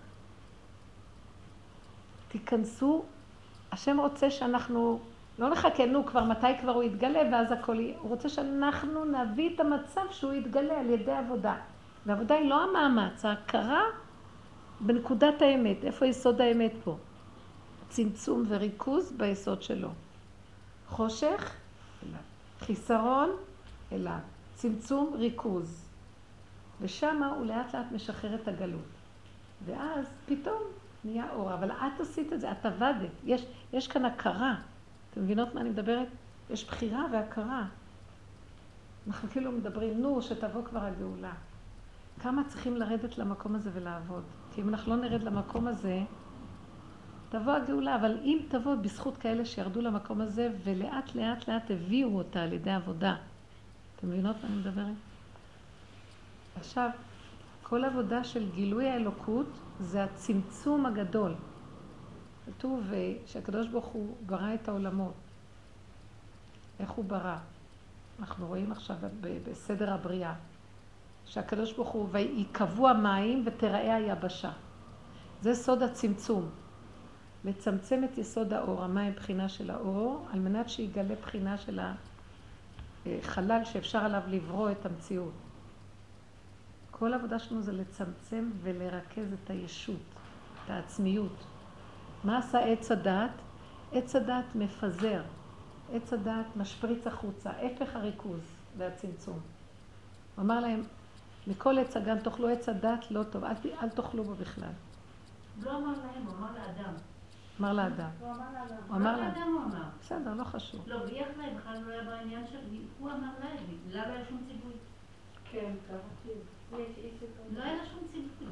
Speaker 1: תיכנסו, השם רוצה שאנחנו לא נחכה, נו, כבר מתי כבר הוא יתגלה, ואז הכל יהיה. הוא רוצה שאנחנו נביא את המצב שהוא יתגלה על ידי עבודה. והעבודה היא לא המאמץ, ההכרה בנקודת האמת. איפה יסוד האמת פה? צמצום וריכוז ביסוד שלו. חושך, אליו. חיסרון, אליו. צמצום, ריכוז. ושם הוא לאט לאט משחרר את הגלות. ואז פתאום נהיה אור. אבל את עשית את זה, את עבדת. יש, יש כאן הכרה. אתם מבינות מה אני מדברת? יש בחירה והכרה. אנחנו כאילו מדברים, נו, שתבוא כבר הגאולה. כמה צריכים לרדת למקום הזה ולעבוד? כי אם אנחנו לא נרד למקום הזה, תבוא הגאולה, אבל אם תבוא בזכות כאלה שירדו למקום הזה, ולאט לאט לאט הביאו אותה על ידי עבודה. אתם מבינות מה אני מדברת? עכשיו, כל עבודה של גילוי האלוקות זה הצמצום הגדול. כתוב שהקדוש ברוך הוא ברא את העולמות. איך הוא ברא? אנחנו רואים עכשיו בסדר הבריאה. שהקדוש ברוך הוא ויקבעו המים ותראה היבשה. זה סוד הצמצום. לצמצם את יסוד האור, המים בחינה של האור, על מנת שיגלה בחינה של החלל שאפשר עליו לברוא את המציאות. כל העבודה שלנו זה לצמצם ולרכז את הישות, את העצמיות. מה עשה עץ הדת? עץ הדת מפזר, עץ הדת משפריץ החוצה, הפך הריכוז והצמצום. הוא אמר להם, מכל עץ הגן תאכלו עץ הדת לא טוב, אל, אל תאכלו בו בכלל.
Speaker 3: לא אמר להם, הוא אמר לאדם.
Speaker 1: אמר לאדם.
Speaker 6: הוא אמר לאדם.
Speaker 1: הוא אמר
Speaker 3: לאדם.
Speaker 1: לאדם.
Speaker 3: הוא אמר.
Speaker 1: בסדר, לא חשוב.
Speaker 3: לא, בלי אחרי, בכלל לא היה בעניין שלי. הוא אמר להם, לא היה שום ציווי.
Speaker 2: כן, קראתי.
Speaker 3: לא היה שום ציווי.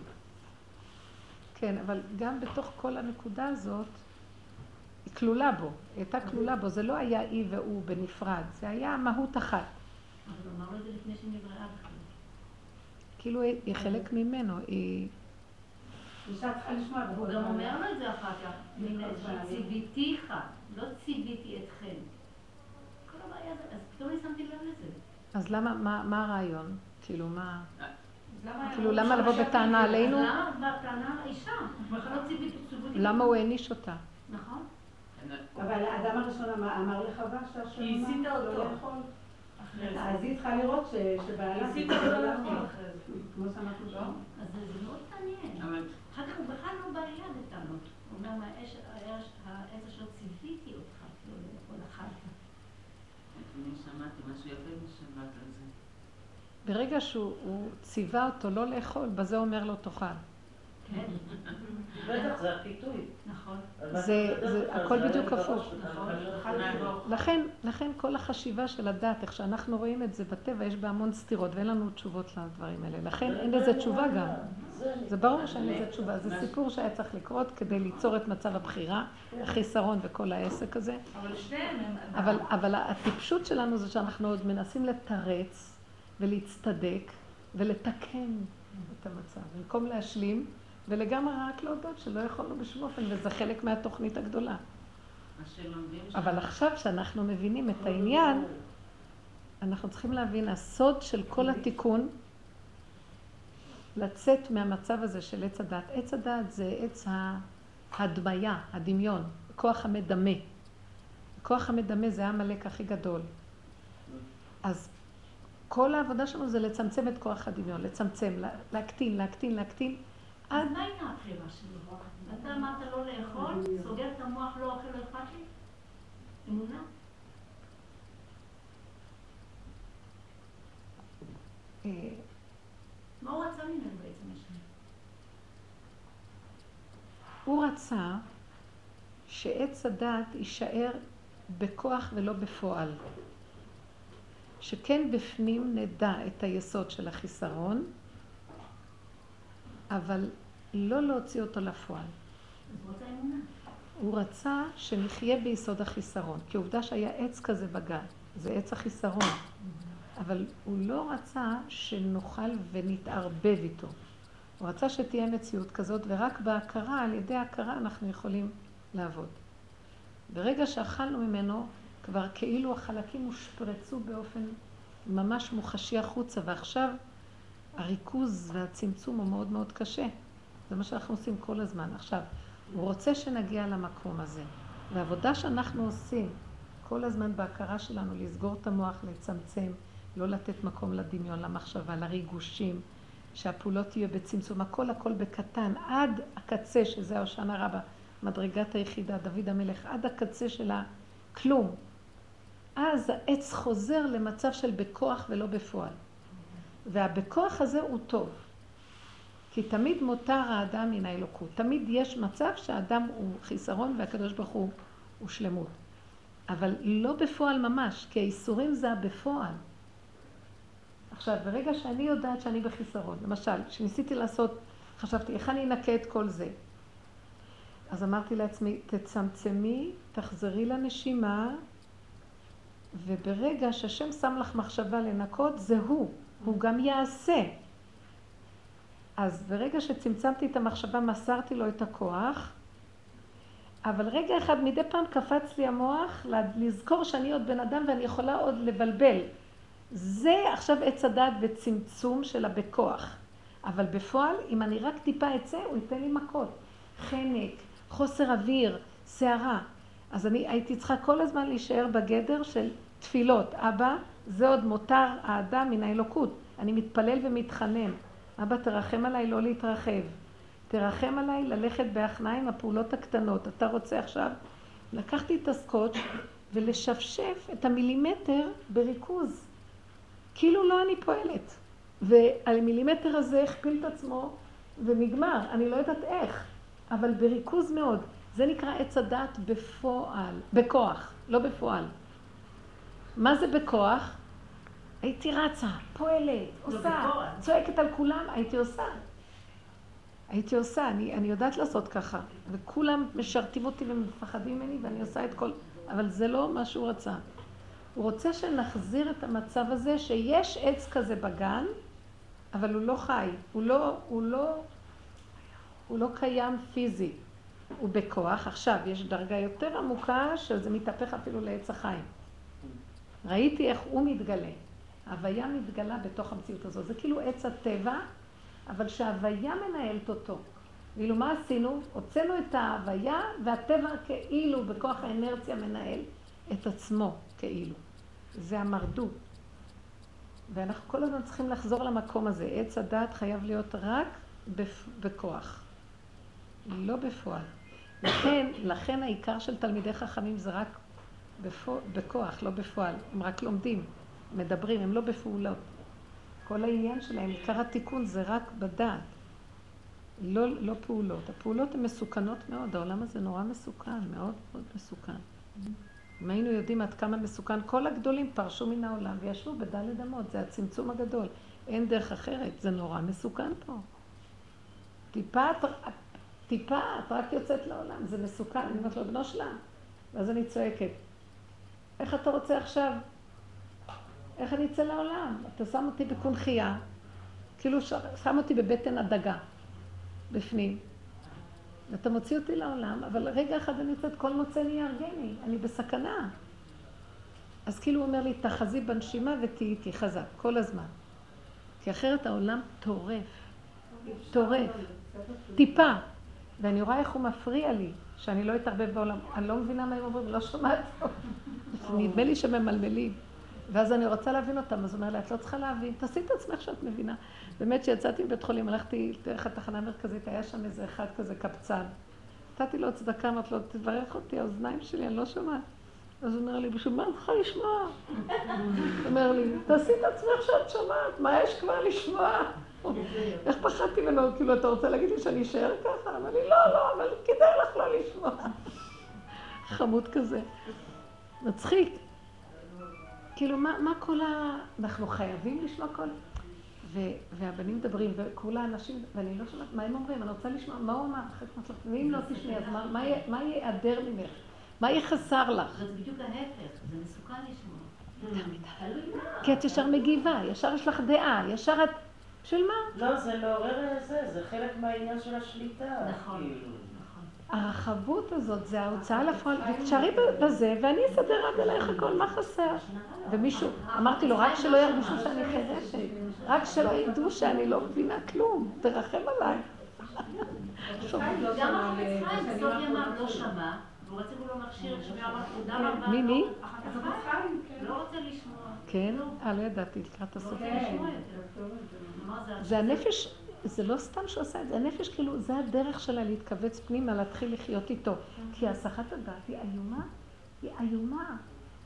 Speaker 1: כן, אבל גם בתוך כל הנקודה הזאת, היא כלולה בו, היא הייתה כלולה בו, זה לא היה אי והוא בנפרד, זה היה מהות אחת.
Speaker 3: אבל הוא אמר לו את זה לפני שנבראה בכלל.
Speaker 1: כאילו היא חלק ממנו, היא...
Speaker 6: אישה צריכה לשמוע.
Speaker 3: הוא גם אומר לו את זה אחר כך, ציוויתיך, לא ציוויתי אתכם. כל הבעיה הזה, אז פתאום אני שמתי לב לזה.
Speaker 1: אז למה, מה, מה הרעיון? כאילו, מה...
Speaker 6: למה-
Speaker 1: כאילו, למה לבוא בטענה עלינו?
Speaker 3: למה בטענה האישה? בכלל לא ציוויתי.
Speaker 1: למה הוא העניש אותה?
Speaker 3: נכון?
Speaker 6: אבל האדם הראשון אמר אמר לחווה שהשם
Speaker 7: היא הסיתה
Speaker 6: אמר
Speaker 7: אותו.
Speaker 6: לא לאכול.
Speaker 7: אחרי זה.
Speaker 6: אז היא צריכה לראות ש- שבעלה...
Speaker 7: היא הסיתה אותו לא לאכול אחרי זה.
Speaker 6: כמו שאנחנו שם.
Speaker 3: אז זה זה מאוד מעניין.
Speaker 5: אבל
Speaker 3: אחר כך הוא בכלל לא בא ליד איתנו. הוא אומר, מהאש- האש- העץ אשר ציוויתי אותך, לא לאכול אכלת.
Speaker 5: אני שמעתי משהו יפה בשבת על זה.
Speaker 1: ברגע שהוא הוא ציווה אותו לא לאכול, בזה אומר לו תאכל.
Speaker 3: כן,
Speaker 4: בטח, זה הפיתוי.
Speaker 3: נכון.
Speaker 1: זה- זה הכל בדיוק הפוך.
Speaker 4: נכון.
Speaker 1: לכן, לכן כל החשיבה של הדת, איך שאנחנו רואים את זה בטבע, יש בה המון סתירות, ואין לנו תשובות לדברים האלה. לכן אין לזה תשובה גם. זה ברור שאין לזה תשובה. זה סיפור שהיה צריך לקרות כדי ליצור את מצב הבחירה, החיסרון וכל העסק הזה.
Speaker 7: אבל שניהם הם...
Speaker 1: אבל, אבל הטיפשות שלנו זה שאנחנו עוד מנסים לתרץ ולהצטדק ולתקן את המצב. במקום להשלים ולגמרי רק להודות שלא יכולנו בשום אופן, וזה חלק מהתוכנית הגדולה.
Speaker 5: מה שלומדים שם.
Speaker 1: אבל עכשיו שאנחנו מבינים את העניין, אנחנו צריכים להבין, הסוד של כל התיקון, לצאת מהמצב הזה של עץ הדת. עץ הדת זה עץ ההדמיה, הדמיון, כוח המדמה. כוח המדמה זה המלאק הכי גדול. אז כל העבודה שלנו זה לצמצם את כוח הדמיון, לצמצם, להקטין, להקטין, להקטין.
Speaker 3: אז מה הייתה הבחירה שלו? אתה אמרת לא לאכול, סוגר את המוח, לא אוכל, לא אכפת לי? אמונה? מה הוא רצה ממנו בעצם השם?
Speaker 1: הוא רצה שעץ הדת יישאר בכוח ולא בפועל. שכן בפנים נדע את היסוד של החיסרון, אבל לא להוציא אותו לפועל.
Speaker 3: אז הוא רצה אמונה.
Speaker 1: הוא רצה שנחיה ביסוד החיסרון, כי עובדה שהיה עץ כזה בגן, זה עץ החיסרון. אבל הוא לא רצה שנוכל ונתערבב איתו. הוא רצה שתהיה מציאות כזאת, ורק בהכרה, על ידי ההכרה אנחנו יכולים לעבוד. ברגע שאכלנו ממנו, כבר כאילו החלקים הושפרצו באופן ממש מוחשי החוצה, ועכשיו הריכוז והצמצום הוא מאוד מאוד קשה. זה מה שאנחנו עושים כל הזמן. עכשיו, הוא רוצה שנגיע למקום הזה. והעבודה שאנחנו עושים כל הזמן בהכרה שלנו, לסגור את המוח, לצמצם, לא לתת מקום לדמיון, למחשבה, לריגושים, שהפעולות תהיה בצמצום, הכל הכל בקטן, עד הקצה, שזה ההושענא רבה, מדרגת היחידה, דוד המלך, עד הקצה של הכלום. אז העץ חוזר למצב של בכוח ולא בפועל. והבכוח הזה הוא טוב. כי תמיד מותר האדם מן האלוקות. תמיד יש מצב שהאדם הוא חיסרון והקדוש ברוך הוא הוא שלמות. אבל לא בפועל ממש, כי האיסורים זה הבפועל. עכשיו, ברגע שאני יודעת שאני בחיסרון, למשל, שניסיתי לעשות, חשבתי, איך אני אנקה את כל זה? אז אמרתי לעצמי, תצמצמי, תחזרי לנשימה, וברגע שהשם שם לך מחשבה לנקות, זה הוא, הוא גם יעשה. אז ברגע שצמצמתי את המחשבה, מסרתי לו את הכוח, אבל רגע אחד, מדי פעם קפץ לי המוח לזכור שאני עוד בן אדם ואני יכולה עוד לבלבל. זה עכשיו עץ הדעת וצמצום שלה בכוח. אבל בפועל, אם אני רק טיפה אצא, הוא ייתן לי מכות. חנק, חוסר אוויר, שערה. אז אני הייתי צריכה כל הזמן להישאר בגדר של תפילות. אבא, זה עוד מותר האדם מן האלוקות. אני מתפלל ומתחנן. אבא, תרחם עליי לא להתרחב. תרחם עליי ללכת בהכנעה עם הפעולות הקטנות. אתה רוצה עכשיו? לקחתי את הסקוץ' ולשפשף את המילימטר בריכוז. כאילו לא אני פועלת. ועל המילימטר הזה הכפיל את עצמו ונגמר. אני לא יודעת איך, אבל בריכוז מאוד. זה נקרא עץ הדעת בפועל, בכוח, לא בפועל. מה זה בכוח? הייתי רצה, פועלת, עושה, צועקת על כולם, הייתי עושה. הייתי עושה, אני, אני יודעת לעשות ככה. וכולם משרתים אותי ומפחדים ממני ואני עושה את כל... אבל זה לא מה שהוא רצה. הוא רוצה שנחזיר את המצב הזה שיש עץ כזה בגן, אבל הוא לא חי, הוא לא, הוא לא, הוא לא קיים פיזי. הוא בכוח. עכשיו, יש דרגה יותר עמוקה שזה מתהפך אפילו לעץ החיים. ראיתי איך הוא מתגלה. ההוויה מתגלה בתוך המציאות הזאת. זה כאילו עץ הטבע, אבל שההוויה מנהלת אותו. ואילו מה עשינו? הוצאנו את ההוויה, והטבע כאילו בכוח האנרציה מנהל את עצמו כאילו. זה המרדות. ואנחנו כל הזמן צריכים לחזור למקום הזה. עץ הדעת חייב להיות רק בכוח. לא בפועל. לכן, לכן העיקר של תלמידי חכמים זה רק בפוע, בכוח, לא בפועל. הם רק לומדים, מדברים, הם לא בפעולות. כל העניין שלהם, עיקר התיקון זה רק בדעת. לא, לא פעולות. הפעולות הן מסוכנות מאוד. העולם הזה נורא מסוכן, מאוד מאוד מסוכן. אם היינו יודעים עד כמה מסוכן, כל הגדולים פרשו מן העולם וישבו בדלת אמות. זה הצמצום הגדול. אין דרך אחרת. זה נורא מסוכן פה. טיפה, טיפה, את רק יוצאת לעולם. זה מסוכן. אני אומרת לו, בנו שלה. ואז אני צועקת. איך אתה רוצה עכשיו? איך אני אצא לעולם? אתה שם אותי בקונחייה. כאילו שם אותי בבטן הדגה. בפנים. ואתה מוציא אותי לעולם, אבל רגע אחד אני יוצאת, כל מוצא לי יארגני, אני בסכנה. אז כאילו הוא אומר לי, תחזי בנשימה ותהי איתי חזק, כל הזמן. כי אחרת העולם טורף, טורף, טיפה. ואני רואה איך הוא מפריע לי, שאני לא אתערבב בעולם. אני לא מבינה מה הם אומרים, לא שומעת טוב. נדמה לי שממלמלים. ואז אני רוצה להבין אותם, אז הוא אומר לי, את לא צריכה להבין, תעשי את עצמך שאת מבינה. באמת שיצאתי מבית חולים, הלכתי דרך התחנה המרכזית, היה שם איזה אחד כזה קפצן. נתתי לו צדקה, אמרת לו, תברך אותי, האוזניים שלי, אני לא שומעת. אז הוא אומר לי, בשביל מה אני צריכה לשמוע? הוא אומר לי, תעשי את עצמך שאת שומעת, מה יש כבר לשמוע? איך פחדתי ממנו, כאילו, אתה רוצה להגיד לי שאני אשאר ככה? אמר לי, לא, לא, אבל כדאי לך לא לשמוע. חמוד כזה. מצחיק. כאילו, מה, מה כל ה... אנחנו חייבים לשמוע כל... ו... והבנים מדברים, וכולה אנשים, ואני לא שומעת, מה הם אומרים? אני רוצה לשמוע, מה הוא אמר? ואם לא תשמעי, אז מה, מה, מה ייעדר ממך? מה יחסר לך?
Speaker 3: זה בדיוק ההפך, זה מסוכן לשמוע.
Speaker 1: כי את ישר מגיבה, ישר יש לך דעה, ישר את... של מה?
Speaker 4: לא, זה לעורר זה, זה חלק מהעניין של השליטה.
Speaker 3: נכון.
Speaker 1: הרחבות הזאת זה ההוצאה לפועל, ותשארי בזה, ואני אסדר רק עליך הכל, מה חסר? ומישהו, אמרתי לו, רק שלא ירגישו שאני חירשת, רק שלא ידעו שאני לא מבינה כלום, תרחם עליי.
Speaker 3: גם החפץ חיים, בסוף ימיו לא שמע, והוא רצה לו מכשיר שמיעה מלכות.
Speaker 1: מי מי?
Speaker 3: החפץ חיים, לא רוצה לשמוע.
Speaker 1: כן? אה, לא ידעתי, לקראת הסוף לשמוע. זה הנפש... זה לא סתם שעושה את זה, הנפש כאילו, זה הדרך שלה להתכווץ פנימה, להתחיל לחיות איתו. כי הסחת הדעת היא איומה, היא איומה.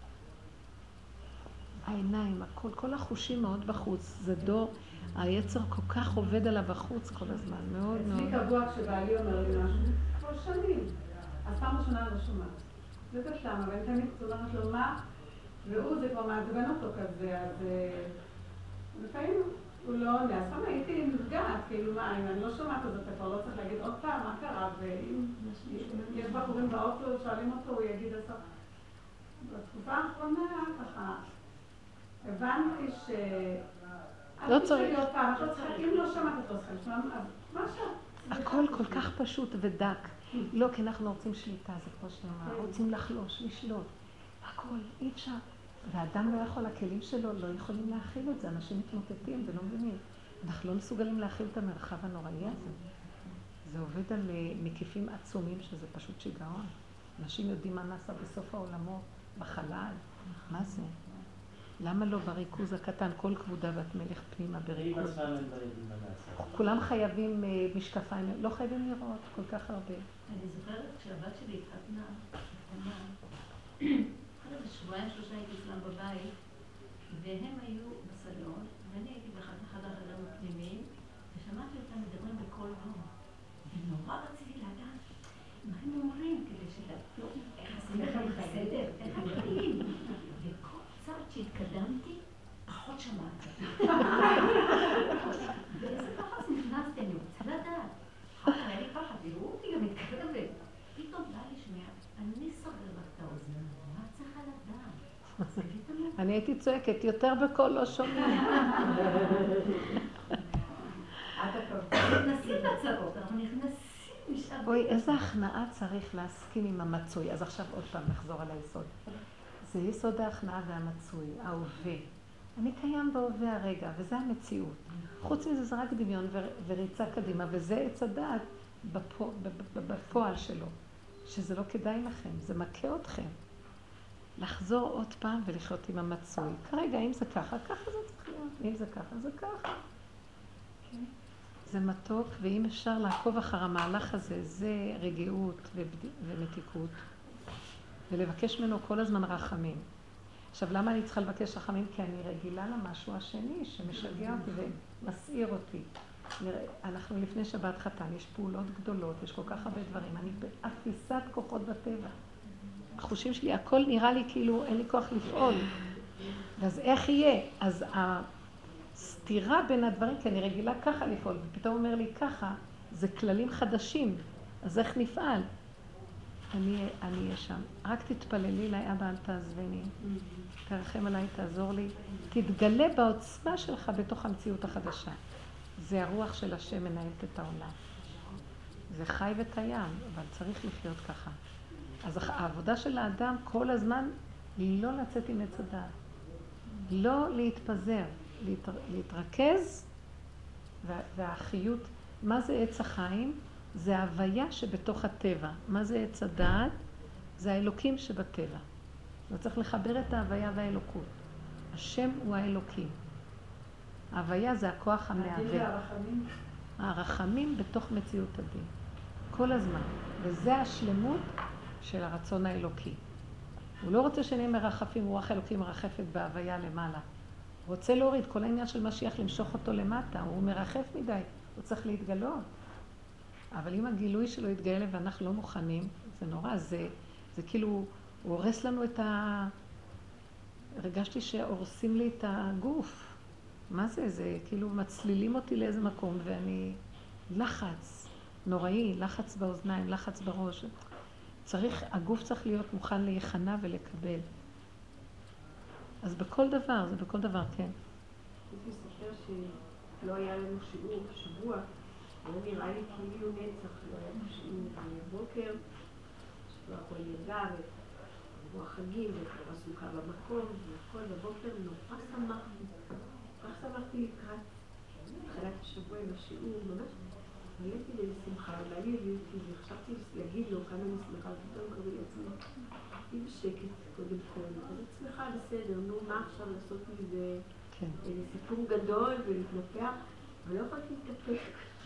Speaker 1: העיניים, הכל, כל החושים מאוד בחוץ. זה דור, היצר כל כך עובד עליו בחוץ כל הזמן, מאוד מאוד.
Speaker 6: אצלי קבוע כשבעלי אומר לי משהו, כבר שנים. אז פעם ראשונה לא שומעת. זה בשלם, אבל אני תמיד אומרת לו מה, והוא זה כבר מעצבן אותו כזה, אז לפעמים... הוא לא עונה, אז פעם הייתי נפגעת, כאילו מה, אם אני לא שומעת את זה, אתה כבר לא צריך להגיד עוד פעם, מה קרה, ואם יש בחורים באוטו, שואלים אותו, הוא יגיד הסוף. בתקופה האחרונה, ככה, הבנתי ש...
Speaker 1: לא צריך.
Speaker 6: אם לא שמעת את זה, אז מה שאת?
Speaker 1: הכל כל כך פשוט ודק. לא, כי אנחנו רוצים שליטה, זה כמו שאתה רוצים לחלוש, לשלוט. הכל, אי אפשר. והאדם לא יכול, הכלים שלו לא יכולים להכיל את זה, אנשים מתמוטטים ולא מבינים. אנחנו לא מסוגלים להכיל את המרחב הנוראי הזה. זה עובד על מקיפים עצומים שזה פשוט שיגעון. אנשים יודעים מה נעשה בסוף העולמות, בחלל, מה זה? למה לא בריכוז הקטן, כל כבודה ואת מלך פנימה בריכוז? כולם חייבים משקפיים, לא חייבים לראות כל כך הרבה.
Speaker 3: אני זוכרת כשהבת שלי התחתנה, אחרי שבועיים שלושה הייתי אצלם בבית, והם היו בסלון, ואני הייתי באחד החדרים הפנימיים, ושמעתי אותם מדברים בקול רם. ונורא רציתי לדעת מה הם אומרים כדי שלא עשיתם בסדר, איך הם חיים. וכל צעד שהתקדמתי, פחות שמעתי. ואיזה ככה זה נכנסתי, אני רוצה לדעת. אחר כך היה לי פחד, תראו אותי גם מתקרבת. פתאום בא לי שמיע, אני סוגר לך את האוזן, מה צריכה לדעת?
Speaker 1: אני הייתי צועקת, יותר בקול לא שומעים.
Speaker 3: נכנסים לצרות, אנחנו נכנסים משם.
Speaker 1: אוי, איזה הכנעה צריך להסכים עם המצוי. אז עכשיו עוד פעם נחזור על היסוד. זה יסוד ההכנעה והמצוי, ההווה. אני קיים בהווה הרגע, וזה המציאות. חוץ מזה זה רק דמיון וריצה קדימה, וזה עץ הדעת בפועל שלו. שזה לא כדאי לכם, זה מכה אתכם. לחזור עוד פעם ולחיות עם המצוי. כרגע, אם זה ככה, ככה זה צריך להיות. אם זה ככה, זה ככה. זה מתוק, ואם אפשר לעקוב אחר המהלך הזה, זה רגיעות ומתיקות. ולבקש ממנו כל הזמן רחמים. עכשיו, למה אני צריכה לבקש רחמים? כי אני רגילה למשהו השני שמשגע אותי ומסעיר אותי. אנחנו לפני שבת חתן, יש פעולות גדולות, יש כל כך הרבה דברים. אני באפיסת כוחות בטבע. החושים שלי, הכל נראה לי כאילו אין לי כוח לפעול. אז איך יהיה? אז הסתירה בין הדברים, כי אני רגילה ככה לפעול, ופתאום אומר לי ככה, זה כללים חדשים, אז איך נפעל? אני אהיה שם. רק תתפללי אליי, אבא, אל תעזבני. תרחם עליי, תעזור לי. תתגלה בעוצמה שלך בתוך המציאות החדשה. זה הרוח של השם מנהלת את העולם. זה חי וקיים, אבל צריך לחיות ככה. אז העבודה של האדם כל הזמן לא לצאת עם עץ הדעת. לא להתפזר, להתר... להתרכז, וה... והחיות. מה זה עץ החיים? זה ההוויה שבתוך הטבע. מה זה עץ הדעת? זה האלוקים שבטבע. וצריך לחבר את ההוויה והאלוקות. השם הוא האלוקים. ההוויה זה הכוח המהווה.
Speaker 6: הדין והרחמים?
Speaker 1: הרחמים בתוך מציאות הדין. כל הזמן. וזה השלמות של הרצון האלוקי. הוא לא רוצה שנהיה מרחפים, רוח אלוקים מרחפת בהוויה למעלה. הוא רוצה להוריד כל העניין של משיח, למשוך אותו למטה. הוא מרחף מדי, הוא צריך להתגלות. אבל אם הגילוי שלו יתגלה ואנחנו לא מוכנים, זה נורא, זה, זה כאילו, הוא הורס לנו את ה... הרגשתי שהורסים לי את הגוף. מה זה? זה כאילו מצלילים אותי לאיזה מקום, ואני לחץ נוראי, לחץ באוזניים, לחץ בראש. צריך, הגוף צריך להיות מוכן להיכנע ולקבל. אז בכל דבר, זה בכל דבר, כן.
Speaker 2: הייתי לספר שלא היה לנו שיעור שבוע, לא נראה לי כאילו נצח, לא היה לנו שיעור בבוקר, שכבר הכל נרגע, ובוא החגים, וכבר עסוקה במקום, וכל בבוקר נורא שמחתי. כך שמחתי לקראת תחילת השבוע עם השיעור, ממש עליתי באיזו שמחה, אולי לי הביא אותי, וחשבתי להגיד לו כמה אני שמחה, ופתאום קראתי לעצמי, היא בשקט קודם כל, אני שמחה בסדר, נו מה עכשיו לעשות מזה איזה סיפור גדול ולהתנפח, אבל לא יכולתי להתאפק.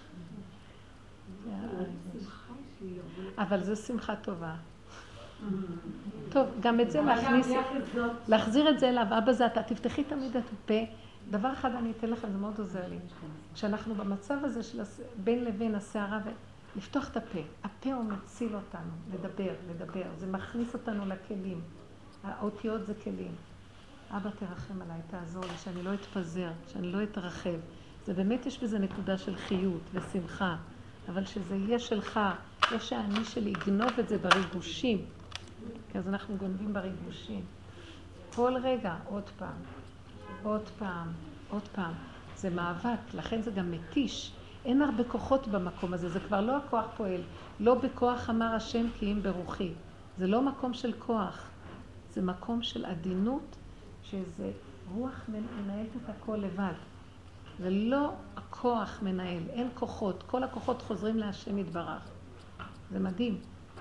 Speaker 2: שמחה יש לי.
Speaker 1: אבל זו שמחה טובה. טוב, גם את זה להכניס, להחזיר את זה אליו, אבא זה אתה, תפתחי תמיד את הפה. דבר אחד אני אתן לכם, זה מאוד עוזר לי. כשאנחנו במצב הזה של בין לבין הסערה, לפתוח את הפה. הפה הוא מציל אותנו, לדבר, לדבר. זה מכניס אותנו לכלים. האותיות זה כלים. אבא תרחם עליי, תעזור לי, שאני לא אתפזר, שאני לא אתרחב. זה באמת יש בזה נקודה של חיות ושמחה, אבל שזה יהיה שלך, לא שאני שלי יגנוב את זה בריגושים. כי אז אנחנו גונבים בריגושים. כל רגע, עוד פעם. עוד פעם, עוד פעם. זה מאבק, לכן זה גם מתיש. אין הרבה כוחות במקום הזה, זה כבר לא הכוח פועל. לא בכוח אמר השם כי אם ברוחי. זה לא מקום של כוח, זה מקום של עדינות, שזה רוח מנהלת את הכל לבד. זה לא הכוח מנהל, אין כוחות. כל הכוחות חוזרים להשם יתברך. זה מדהים.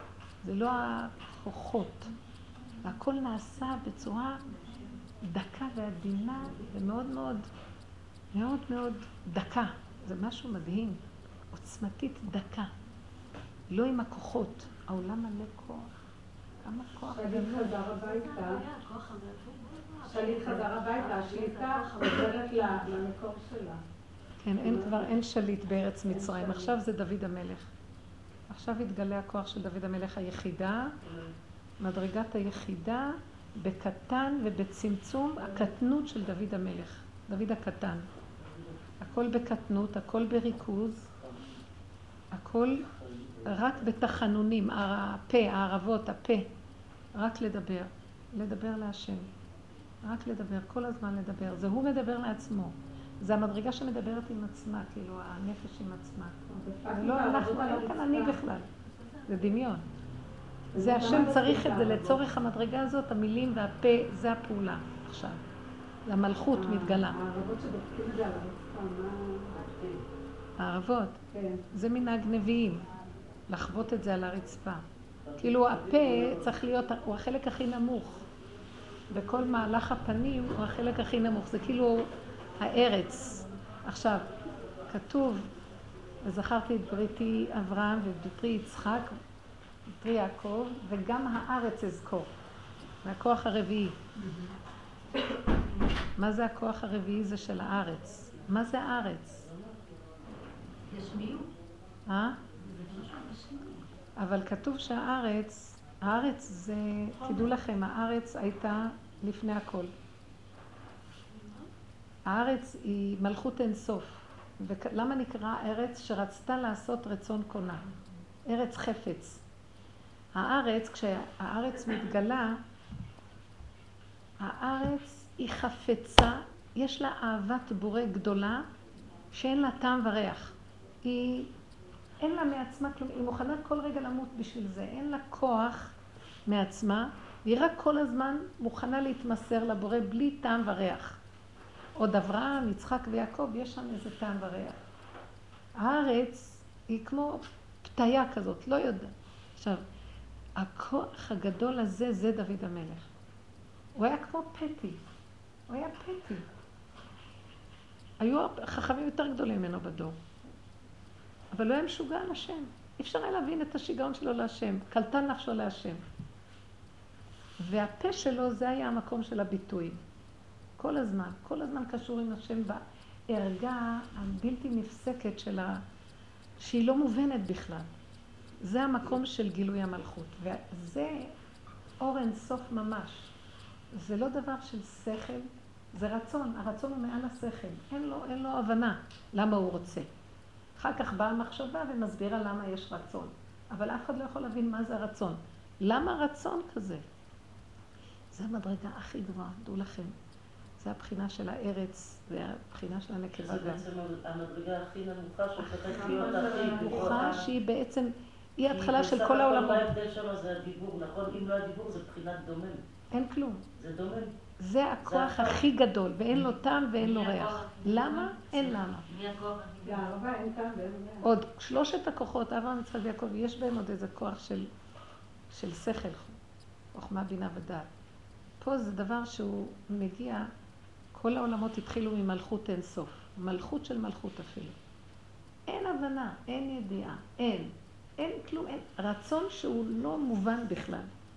Speaker 1: זה לא הכוחות. והכל נעשה בצורה דקה ועדינה ומאוד מאוד, מאוד מאוד דקה. זה משהו מדהים, עוצמתית דקה. לא עם הכוחות, העולם מלא כוח. כמה כוח
Speaker 6: שליט חזר הביתה, שליט חזר הביתה, השליטה חוזרת למקור שלה.
Speaker 1: כן, אין כבר, אין שליט בארץ מצרים. עכשיו זה דוד המלך. עכשיו התגלה הכוח של דוד המלך היחידה, מדרגת היחידה, בקטן ובצמצום, הקטנות של דוד המלך, דוד הקטן. הכל בקטנות, הכל בריכוז, הכל רק בתחנונים, הפה, הערבות, הפה, רק לדבר, לדבר להשם, רק לדבר, כל הזמן לדבר. זה הוא מדבר לעצמו. זה המדרגה שמדברת עם עצמה, כאילו הנפש עם עצמה. זה לא אנחנו, לא כאן אני בכלל. זה דמיון. זה השם צריך את זה לצורך המדרגה הזאת, המילים והפה, זה הפעולה עכשיו. זה המלכות מתגלה.
Speaker 6: הערבות שדופקים את זה על הרצפה, מה...
Speaker 1: הערבות,
Speaker 6: כן.
Speaker 1: זה מנהג נביאים, לחוות את זה על הרצפה. כאילו הפה צריך להיות, הוא החלק הכי נמוך. בכל מהלך הפנים הוא החלק הכי נמוך. זה כאילו הארץ. עכשיו, כתוב, וזכרתי את בריתי אברהם ובריתי יצחק, בריתי יעקב, וגם הארץ אזכור. זה הכוח הרביעי. מה זה הכוח הרביעי? זה של הארץ. מה זה הארץ?
Speaker 3: גשמיות.
Speaker 1: אה? אבל כתוב שהארץ, הארץ זה, תדעו לכם, הארץ הייתה לפני הכל. הארץ היא מלכות אינסוף. ולמה נקרא ארץ שרצתה לעשות רצון קונה? ארץ חפץ. הארץ, כשהארץ מתגלה, הארץ היא חפצה, יש לה אהבת בורא גדולה, שאין לה טעם וריח. היא, אין לה מעצמה כלום, היא מוכנה כל רגע למות בשביל זה, אין לה כוח מעצמה, והיא רק כל הזמן מוכנה להתמסר לבורא בלי טעם וריח. עוד אברהם, יצחק ויעקב, יש שם איזה טעם וריח. הארץ היא כמו פתיה כזאת, לא יודע. עכשיו, הכוח הגדול הזה, זה דוד המלך. הוא היה כמו פטי. הוא היה פטי. היו חכמים יותר גדולים ממנו בדור. אבל לא היה משוגע על השם. אי אפשר היה להבין את השיגעון שלו להשם. קלטה נפשו להשם. והפה שלו, זה היה המקום של הביטוי. כל הזמן, כל הזמן קשור עם השם בערגה הבלתי נפסקת שלה, שהיא לא מובנת בכלל. זה המקום של גילוי המלכות. וזה אור אין סוף ממש. זה לא דבר של שכל, זה רצון. הרצון הוא מעל השכל. אין לו, אין לו הבנה למה הוא רוצה. אחר כך באה המחשבה ומסבירה למה יש רצון. אבל אף אחד לא יכול להבין מה זה הרצון. למה רצון כזה? זה המדרגה הכי גבוהה, דעו לכם. זה הבחינה של הארץ, זה הבחינה של הנקבה.
Speaker 4: זה בעצם המדרגה הכי נמוכה שצריך להיות הכי
Speaker 1: נמוכה שהיא בעצם, היא התחלה של כל העולמות.
Speaker 4: מה ההבדל שם זה הדיבור, נכון? אם לא הדיבור זה בחינת דומם.
Speaker 1: אין כלום.
Speaker 4: זה דומם.
Speaker 1: זה הכוח הכי גדול, ואין לו טעם ואין לו ריח. למה? אין למה.
Speaker 3: מי הכוח הכי גדול?
Speaker 6: גאווה, אין טעם ואין ריח.
Speaker 1: עוד שלושת הכוחות, אברהם, יצחק ויעקב, יש בהם עוד איזה כוח של, של שכל, חוכמה, בינה ודעת. פה זה דבר שהוא מגיע, כל העולמות התחילו ממלכות אין סוף. מלכות של מלכות אפילו. אין הבנה, אין ידיעה, אין. אין כלום, אין. רצון שהוא לא מובן בכלל.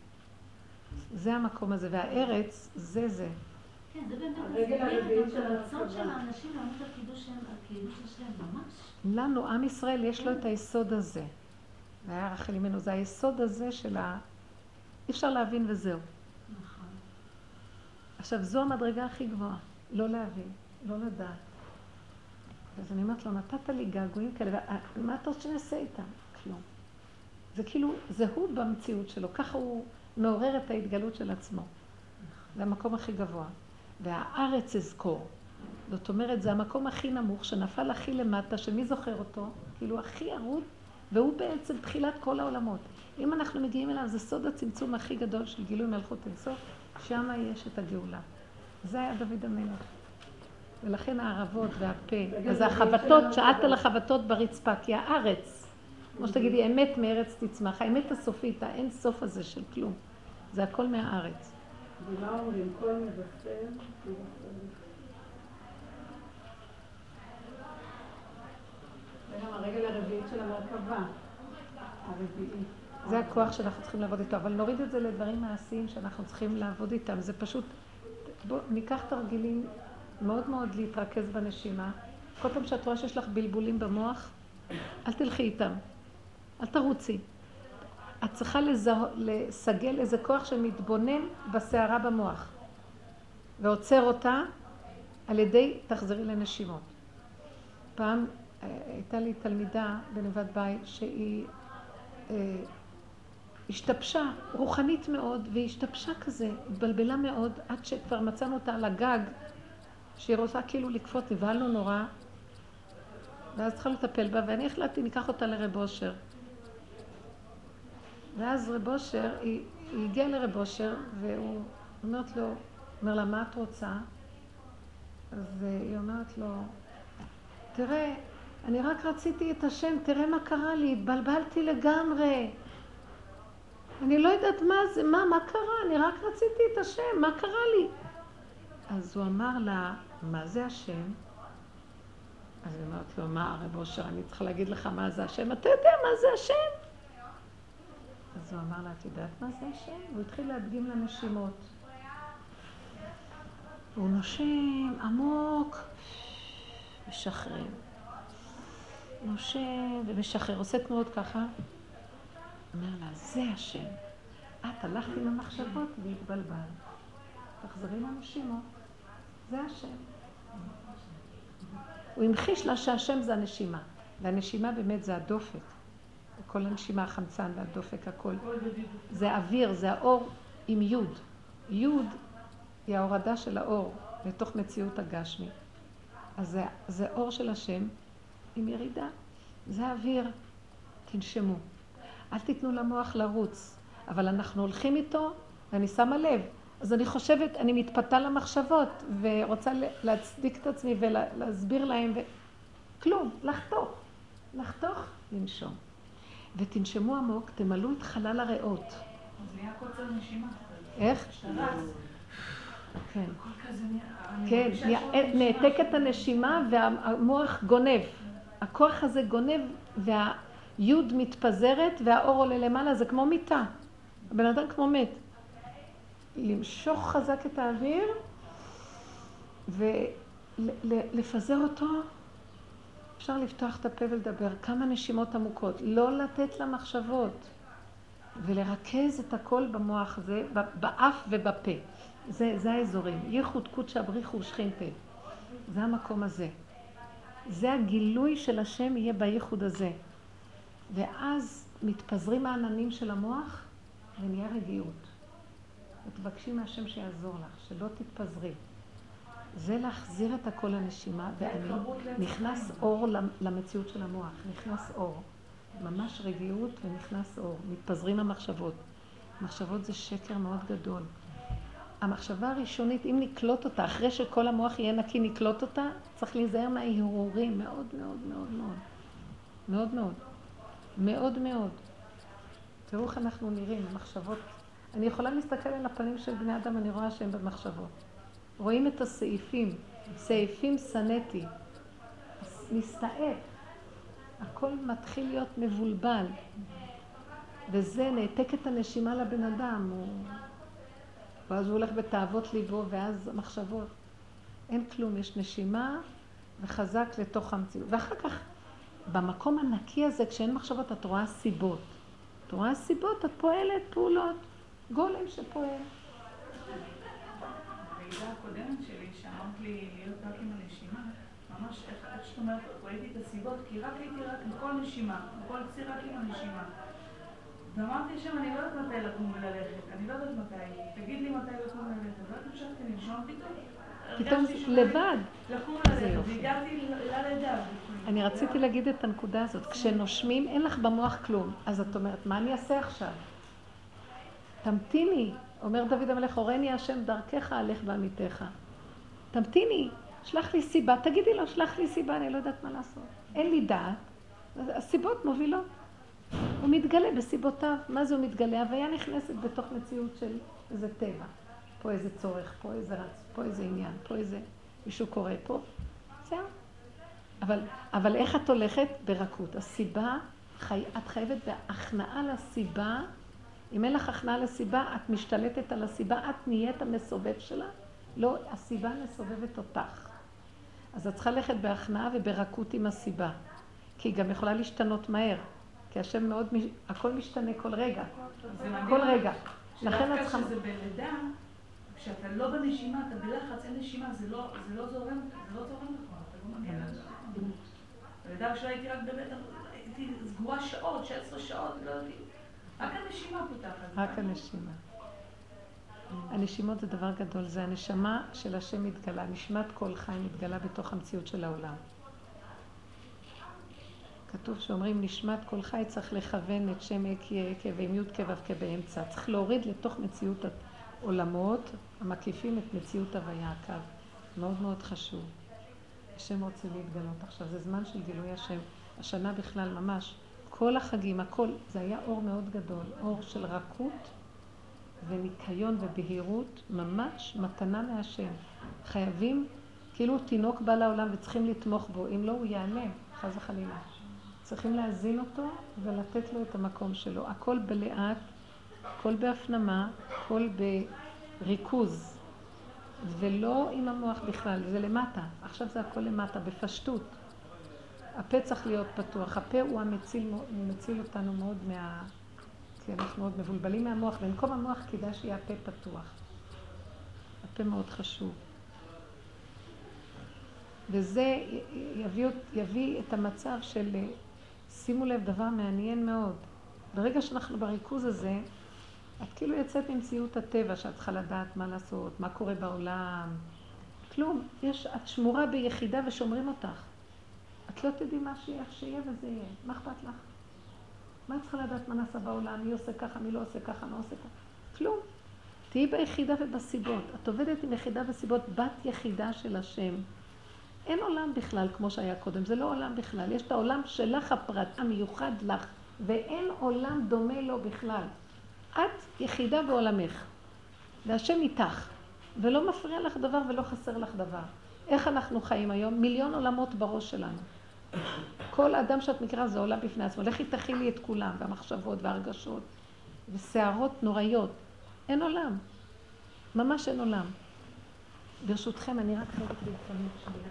Speaker 1: זה המקום הזה, והארץ זה זה.
Speaker 3: כן, זה באמת
Speaker 6: הרגל הרביעית של
Speaker 3: הרצון של
Speaker 6: ההרכבה.
Speaker 3: האנשים לעמוד על קידוש השם, על קידוש השם, ממש.
Speaker 1: לנו, עם ישראל, יש לו את היסוד הזה. והיה רחל ממנו, זה היסוד הזה של ה... אי אפשר להבין וזהו.
Speaker 3: נכון.
Speaker 1: עכשיו, זו המדרגה הכי גבוהה. לא להבין, לא לדעת. אז אני אומרת לו, נתת לי געגועים כאלה, ומה אתה רוצה שנעשה איתם? כלום. זה כאילו, זה הוא במציאות שלו, ככה הוא מעורר את ההתגלות של עצמו. זה המקום הכי גבוה. והארץ אזכור. זאת אומרת, זה המקום הכי נמוך, שנפל הכי למטה, שמי זוכר אותו? כאילו, הכי ירוד, והוא בעצם תחילת כל העולמות. אם אנחנו מגיעים אליו, זה סוד הצמצום הכי גדול של גילוי מלכות אינסוף, שם יש את הגאולה. זה היה דוד המלך. ולכן הערבות והפה, אז החבטות, שאלת על החבטות ברצפה, כי הארץ כמו שתגידי, אמת מארץ תצמח. האמת הסופית, האין סוף הזה של כלום. זה הכל מהארץ.
Speaker 6: ומה אומרים? כל מבשר, זה גם הרגל הרביעית של המרכבה. הרביעית.
Speaker 1: זה הכוח שאנחנו צריכים לעבוד איתו, אבל נוריד את זה לדברים מעשיים שאנחנו צריכים לעבוד איתם. זה פשוט, בואו ניקח תרגילים מאוד מאוד להתרכז בנשימה. כל פעם שאת רואה שיש לך בלבולים במוח, אל תלכי איתם, אל תרוצי. את צריכה לזה, לסגל איזה כוח שמתבונן בסערה במוח, ועוצר אותה על ידי תחזרי לנשימות. פעם הייתה לי תלמידה בנבד בית שהיא אה, השתבשה רוחנית מאוד, והיא השתבשה כזה, התבלבלה מאוד, עד שכבר מצאנו אותה על הגג, שהיא רוצה כאילו לקפוץ, נבהלנו נורא, ואז צריכה לטפל בה, ואני החלטתי, ניקח אותה לרב אושר. ואז רב אושר, היא, היא הגיעה לרב אושר, והוא אומרת לו, אומר לה, מה את רוצה? אז היא אומרת לו, תראה, אני רק רציתי את השם, תראה מה קרה לי, התבלבלתי לגמרי. אני לא יודעת מה זה, מה, מה קרה? אני רק רציתי את השם, מה קרה לי? אז הוא אמר לה, מה זה השם? אז היא אמרת לו, מה הרב אושר, אני צריכה להגיד לך מה זה השם? אתה יודע מה זה השם? אז הוא אמר לה, את יודעת מה זה השם? הוא התחיל להדגים לנשימות. הוא נושם עמוק, משחרר. נושם ומשחרר, עושה תנועות ככה. אומר לה, זה השם. את הלכת עם המחשבות והתבלבל. תחזרי לנשימות. זה השם. הוא המחיש לה שהשם זה הנשימה. והנשימה באמת זה הדופק. כל הנשימה, החמצן והדופק, הכל. זה האוויר, זה האור עם יוד. יוד היא ההורדה של האור לתוך מציאות הגשמי. אז זה, זה אור של השם עם ירידה. זה האוויר. תנשמו. אל תיתנו למוח לרוץ. אבל אנחנו הולכים איתו, ואני שמה לב. אז אני חושבת, אני מתפתה למחשבות, ורוצה להצדיק את עצמי ולהסביר להם, ו... כלום, לחתוך. לחתוך, לנשום. ותנשמו עמוק, תמלאו את חלל הריאות.
Speaker 7: אז נהיה קוצר נשימה.
Speaker 1: איך?
Speaker 7: שרץ.
Speaker 1: כן.
Speaker 7: הכל כזה נהיה...
Speaker 1: כן, נעתק את הנשימה והמוח גונב. הכוח הזה גונב והיוד מתפזרת והאור עולה למעלה, זה כמו מיטה. הבן אדם כמו מת. למשוך חזק את האוויר ולפזר אותו. אפשר לפתוח את הפה ולדבר כמה נשימות עמוקות, לא לתת למחשבות ולרכז את הכל במוח הזה, באף ובפה. זה, זה האזורים. ייחוד קודשא בריחו ושכינתה. זה המקום הזה. זה הגילוי של השם יהיה בייחוד הזה. ואז מתפזרים העננים של המוח ונהיה רגיעות. ותבקשי מהשם שיעזור לך, שלא תתפזרי. זה להחזיר את הכל לנשימה, ואני נכנס אור למציאות של המוח, נכנס אור. ממש רגיעות ונכנס אור. מתפזרים המחשבות. מחשבות זה שקר מאוד גדול. המחשבה הראשונית, אם נקלוט אותה, אחרי שכל המוח יהיה נקי נקלוט אותה, צריך להיזהר מההרהורים, מאוד מאוד מאוד מאוד. מאוד מאוד. מאוד מאוד. תראו איך אנחנו נראים, מחשבות. אני יכולה להסתכל על הפנים של בני אדם, אני רואה שהם במחשבות. רואים את הסעיפים, סעיפים סנטי, מסתעף. הכל מתחיל להיות מבולבל. וזה נעתק את הנשימה לבן אדם. הוא... ואז הוא הולך בתאוות ליבו, ואז מחשבות. אין כלום, יש נשימה וחזק לתוך המציאות. ואחר כך, במקום הנקי הזה, כשאין מחשבות, את רואה סיבות. את רואה סיבות, את פועלת פעולות. גולם שפועל.
Speaker 7: בעידה הקודמת שלי, שאמרת לי להיות רק עם הנשימה, ממש איך שאת אומרת, ראיתי את הסיבות, כי רק הייתי רק בכל נשימה, בכל ציר רק עם הנשימה. ואמרתי שם, אני לא יודעת מתי לקום וללכת, אני לא יודעת מתי, תגיד לי מתי לקום וללכת, לא יודעת משכתי לנשום פתאום.
Speaker 1: פתאום לבד.
Speaker 7: לקום וללכת, והגעתי ללידה.
Speaker 1: אני רציתי להגיד את הנקודה הזאת, כשנושמים אין לך במוח כלום, אז את אומרת, מה אני אעשה עכשיו? תמתיני, אומר דוד המלך, הורני השם דרכך הלך בעמיתך. תמתיני, שלח לי סיבה, תגידי לו, שלח לי סיבה, אני לא יודעת מה לעשות. אין לי דעת, הסיבות מובילות. הוא מתגלה בסיבותיו. מה זה הוא מתגלה? הוויה נכנסת בתוך מציאות של איזה טבע. פה איזה צורך, פה איזה רץ, פה איזה עניין, פה איזה מישהו קורא פה. זהו. אבל, אבל איך את הולכת? ברכות. הסיבה, חי, את חייבת בהכנעה לסיבה. אם אין לך הכנעה לסיבה, את משתלטת על הסיבה, את נהיית המסובב שלה. לא, הסיבה מסובבת אותך. אז את צריכה ללכת בהכנעה וברכות עם הסיבה. כי היא גם יכולה להשתנות מהר. כי השם מאוד, הכל משתנה כל רגע. כל רגע. לכן את צריכה...
Speaker 7: שזה בלידה, כשאתה לא בנשימה, אתה בלחץ, אין נשימה, זה לא זורם, זה לא זורם נכון, אתה לא מגיע לזה. בלידה בשבילה הייתי רק באמת, הייתי סגורה שעות, שש עשרה שעות, לא יודעים. רק הנשימה פותחת.
Speaker 1: רק הנשימה. הנשימות זה דבר גדול, זה הנשמה של השם מתגלה, נשמת כל חי מתגלה בתוך המציאות של העולם. כתוב שאומרים נשמת כל חי צריך לכוון את שם יקי יקי ועם יוד כבב באמצע. צריך להוריד לתוך מציאות העולמות המקיפים את מציאות הוויה הקו. מאוד מאוד חשוב. השם רוצה להתגלות עכשיו, זה זמן של גילוי השם. השנה בכלל ממש, כל החגים, הכל, זה היה אור מאוד גדול, אור של רכות וניקיון ובהירות, ממש מתנה מהשם. חייבים, כאילו תינוק בא לעולם וצריכים לתמוך בו, אם לא הוא ייעלם, חס וחלילה. צריכים להזין אותו ולתת לו את המקום שלו. הכל בלאט, הכל בהפנמה, הכל בריכוז, ולא עם המוח בכלל, זה למטה. עכשיו זה הכל למטה, בפשטות. הפה צריך להיות פתוח. הפה הוא המציל, מציל אותנו מאוד מה... כי אנחנו מאוד מבולבלים מהמוח, במקום המוח כדאי שיהיה הפה פתוח. הפה מאוד חשוב. וזה יביא, יביא את המצב של, שימו לב, דבר מעניין מאוד. ברגע שאנחנו בריכוז הזה, את כאילו יוצאת ממציאות הטבע, שאת צריכה לדעת מה לעשות, מה קורה בעולם. כלום, יש, את שמורה ביחידה ושומרים אותך. את לא תדעי מה שיהיה, איך שיהיה וזה יהיה. מה אכפת לך? מה את צריכה לדעת מה נעשה בעולם? מי עושה ככה, מי לא עושה ככה, מה עושה ככה? כלום. תהיי ביחידה ובסיבות. את עובדת עם יחידה וסיבות, בת יחידה של השם. אין עולם בכלל כמו שהיה קודם, זה לא עולם בכלל. יש את העולם שלך הפרט, המיוחד לך, ואין עולם דומה לו בכלל. את יחידה בעולמך, והשם איתך, ולא מפריע לך דבר ולא חסר לך דבר. איך אנחנו חיים היום? מיליון עולמות בראש שלנו. כל אדם שאת מכירה זה עולם בפני עצמו. לכי תכילי את כולם, והמחשבות והרגשות, ושערות נוראיות. אין עולם. ממש אין עולם. ברשותכם, אני רק חייבת להתפנות שנייה.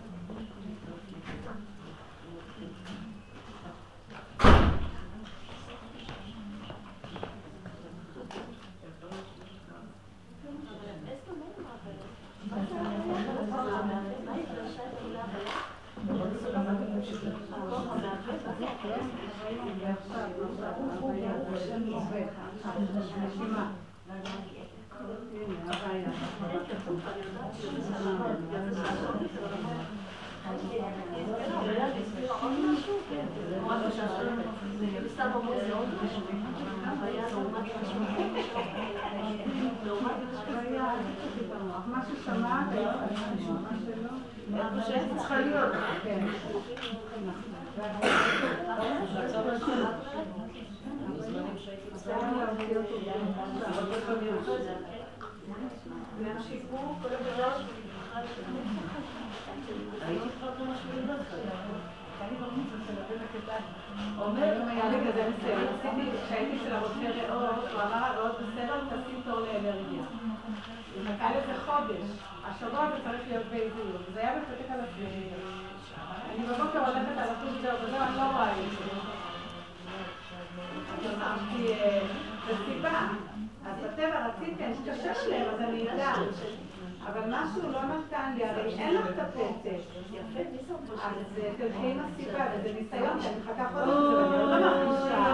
Speaker 6: מה ששמעת, מה שלא, מה שצריכה להיות. כן. היום היה לי כזה ניסיון, כשהייתי של הרופא ריאות, הוא אמר הריאות בסדר, תשים תור לאלרגיה. הוא נקע לזה חודש, השבוע זה צריך להיות באיזה יום, זה היה בפתק על עצמי. אני בבוקר הולכת על החוש זהו וזהו, אני לא רואה את זה. אז אמרתי, זה סיבה. אז בטבע רציתי, אני מתקשר אליהם, אז אני אדע. אבל משהו לא נתן לי, הרי אין לך את הפצק. אז תלכי עם הסיבה, וזה ניסיון, אני מחכה חודש, ואני לא מרגישה.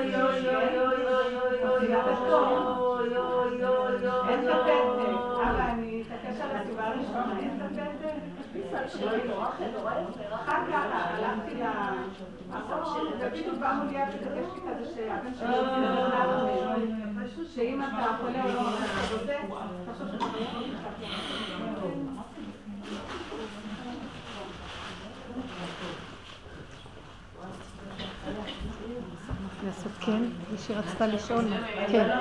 Speaker 6: אין את הפצק. אבל אני אתעקש על הסיבה הראשונה, אין את הפצק. אחר כך הלכתי לאחרון, ובדיוק באנו ליד שתקש לי כזה שהבן שלי יוצא שאם אתה חולה או לא הולך לבודק, תחשוב שאתה לא יכול
Speaker 1: כן, מי שרצתה לשאול. כן.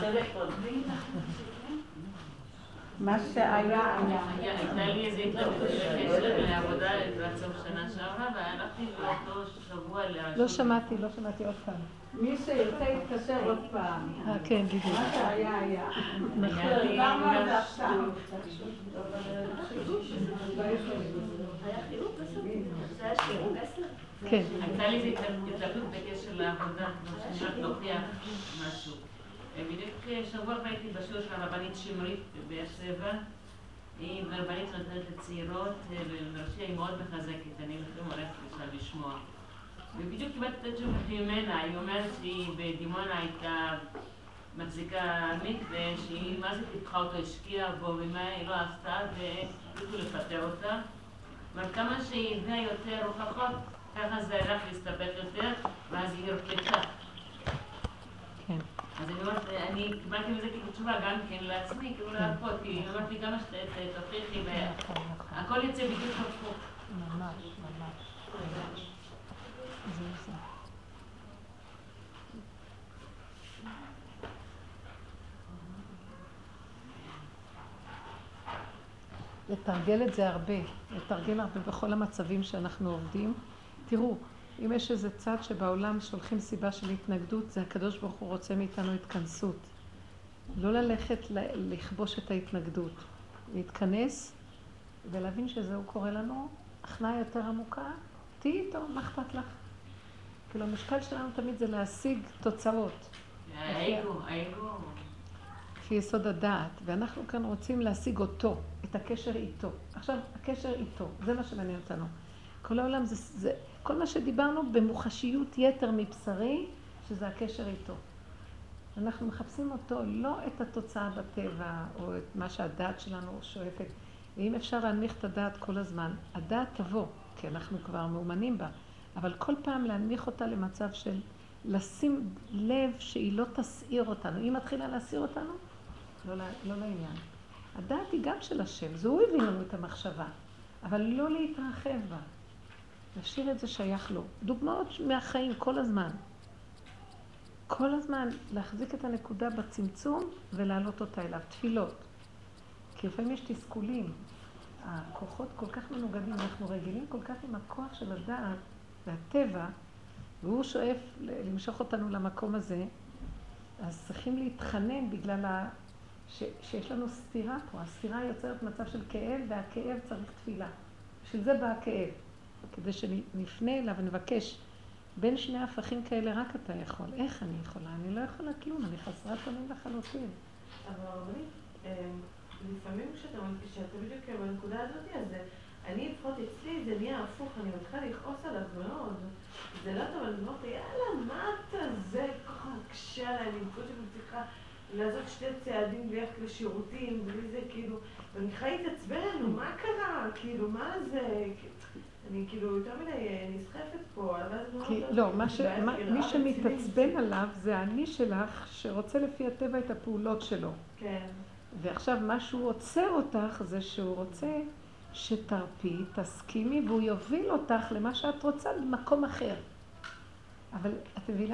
Speaker 6: מה שהיה היה.
Speaker 5: הייתה לי איזה התלבטות בקשר לעבודה לקראת סוף שנה שעברה, והלכתי באותו שבוע להשאיר.
Speaker 1: לא שמעתי, לא שמעתי עוד פעם.
Speaker 6: מי שירצה יתקשר עוד פעם.
Speaker 1: אה, כן, בדיוק.
Speaker 6: מה שהיה היה.
Speaker 5: היה לי
Speaker 6: למה זה עכשיו?
Speaker 2: היה חיוב בסוף? זה היה שיעור בסלר?
Speaker 1: כן.
Speaker 5: הייתה לי איזה התלבטות בקשר לעבודה, שאני רק להוכיח משהו. בדיוק שבוע הייתי בשיעור של הרבנית שמרית בבאר שבע. היא רבנית נותנת לצעירות, ולראשי היא מאוד מחזקת, אני לפעמים הולכת לשם לשמוע. ובדיוק קיבלתי את התשובה ממנה, היא אומרת שהיא בדימונה הייתה מחזיקה מקווה, שהיא מה זה טיפחה אותו, השקיעה בו, ומה היא לא עשתה, והחליטו לפטר אותה. אבל כמה שהיא הביאה יותר הוכחות, ככה זה הלך להסתבך יותר, ואז היא הרפתה.
Speaker 1: כן.
Speaker 5: אז אני אומרת, אני קיבלתי מזה כאילו תשובה גם כן לעצמי, כאילו להרפות, כי היא אומרת לי כמה שתוכיחי, והכל יצא בדיוק הפוך.
Speaker 1: ממש, ממש. זה זה. לתרגל את זה הרבה, לתרגל הרבה בכל המצבים שאנחנו עובדים. תראו, אם יש איזה צד שבעולם שולחים סיבה של התנגדות, זה הקדוש ברוך הוא רוצה מאיתנו התכנסות. לא ללכת לכבוש את ההתנגדות, להתכנס ולהבין שזהו קורה לנו, הכנעה יותר עמוקה, תהי איתו, מה אכפת לך? כאילו המשקל שלנו תמיד זה להשיג תוצאות.
Speaker 5: האגו, האגו.
Speaker 1: לפי יסוד הדעת, ואנחנו כאן רוצים להשיג אותו, את הקשר איתו. עכשיו, הקשר איתו, זה מה שמעניין אותנו. כל העולם זה, זה, כל מה שדיברנו במוחשיות יתר מבשרי, שזה הקשר איתו. אנחנו מחפשים אותו, לא את התוצאה בטבע, או את מה שהדעת שלנו שואפת. ואם אפשר להנמיך את הדעת כל הזמן, הדעת תבוא, כי אנחנו כבר מאומנים בה, אבל כל פעם להנמיך אותה למצב של לשים לב שהיא לא תסעיר אותנו. היא מתחילה להסעיר אותנו? לא, לא לעניין. הדעת היא גם של השם, זה הוא הביא לנו את המחשבה, אבל לא להתרחב בה. להשאיר את זה שייך לו. דוגמאות מהחיים כל הזמן. כל הזמן להחזיק את הנקודה בצמצום ולהעלות אותה אליו. תפילות. כי לפעמים יש תסכולים. הכוחות כל כך מנוגדים, אנחנו רגילים כל כך עם הכוח של הדעת והטבע, והוא שואף למשוך אותנו למקום הזה, אז צריכים להתחנן בגלל ה... ש... שיש לנו סתירה פה. הסתירה יוצרת מצב של כאב, והכאב צריך תפילה. בשביל זה בא הכאב. כדי שנפנה אליו ונבקש, בין שני הפכים כאלה רק אתה יכול. איך אני יכולה? אני לא יכולה כלום, אני חסרת אונים לחלוטין.
Speaker 8: אבל הרבנית, לפעמים כשאתה בדיוק בנקודה הזאת, אז אני לפחות אצלי, זה נהיה הפוך, אני מתחילה לכעוס עליו מאוד. זה לא טוב, אני אומרת, יאללה, מה אתה זה? ככה מקשה עליי, אני מקווה שמצליחה לעשות שתי צעדים וללכת לשירותים, בלי זה כאילו, ואני חייבת להתעצבן לנו, מה קרה? כאילו, מה זה? אני כאילו יותר מדי נסחפת פה,
Speaker 1: לא, מי שמתעצבן עליו זה האני שלך שרוצה לפי הטבע את הפעולות שלו.
Speaker 8: כן.
Speaker 1: ועכשיו מה שהוא עוצר אותך זה שהוא רוצה שתרפי, תסכימי, והוא יוביל אותך למה שאת רוצה במקום אחר. אבל את מבינה?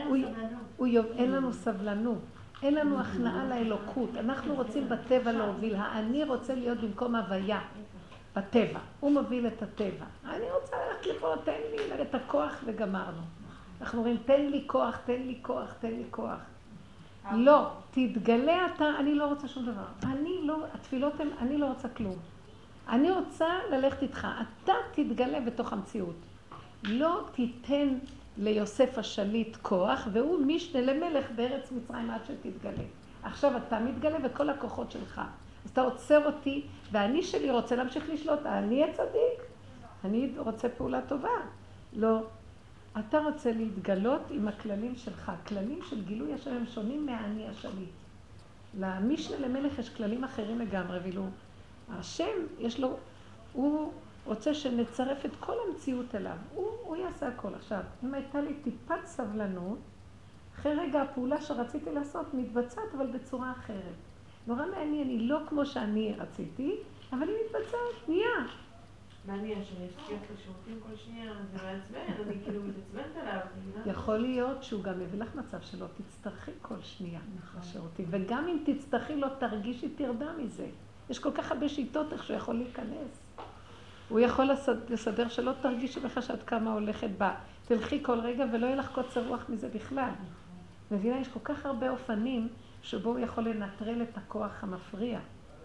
Speaker 1: אין לנו סבלנות. אין לנו הכנעה לאלוקות. אנחנו רוצים בטבע להוביל. האני רוצה להיות במקום הוויה. בטבע. הוא מוביל את הטבע. אני רוצה ללכת לפה, תן לי את הכוח וגמרנו. אנחנו אומרים, תן לי כוח, תן לי כוח, תן לי כוח. לא, תתגלה אתה, אני לא רוצה שום דבר. אני לא, התפילות הן, אני לא רוצה כלום. אני רוצה ללכת איתך. אתה תתגלה בתוך המציאות. לא תיתן ליוסף השליט כוח, והוא משנה למלך בארץ מצרים עד שתתגלה. עכשיו אתה מתגלה וכל הכוחות שלך. אז אתה עוצר אותי, ואני שלי רוצה להמשיך לשלוט. אני הצדיק. אני רוצה פעולה טובה. לא. אתה רוצה להתגלות עם הכללים שלך. כללים של גילוי השם הם שונים מהאני השליט. למשנה למלך יש כללים אחרים לגמרי, ואילו השם יש לו, הוא רוצה שנצרף את כל המציאות אליו. הוא, הוא יעשה הכל. עכשיו, אם הייתה לי טיפת סבלנות, אחרי רגע הפעולה שרציתי לעשות מתבצעת, אבל בצורה אחרת. נורא מעניין, היא לא כמו שאני רציתי, אבל היא מתבצעת, נהיה.
Speaker 8: ואני שאני אפתיח לשירותים כל שנייה, זה מעצבן, אני כאילו מתעצבנת עליו.
Speaker 1: יכול להיות שהוא גם מביא לך מצב שלא תצטרכי כל שנייה לשירותים, וגם אם תצטרכי לא תרגישי תרדה מזה. יש כל כך הרבה שיטות איך שהוא יכול להיכנס. הוא יכול לסדר שלא תרגישי בכלל שאת כמה הולכת בה. תלכי כל רגע ולא יהיה לך קוצר רוח מזה בכלל. מבינה, יש כל כך הרבה אופנים שבו הוא יכול לנטרל את הכוח המפריע.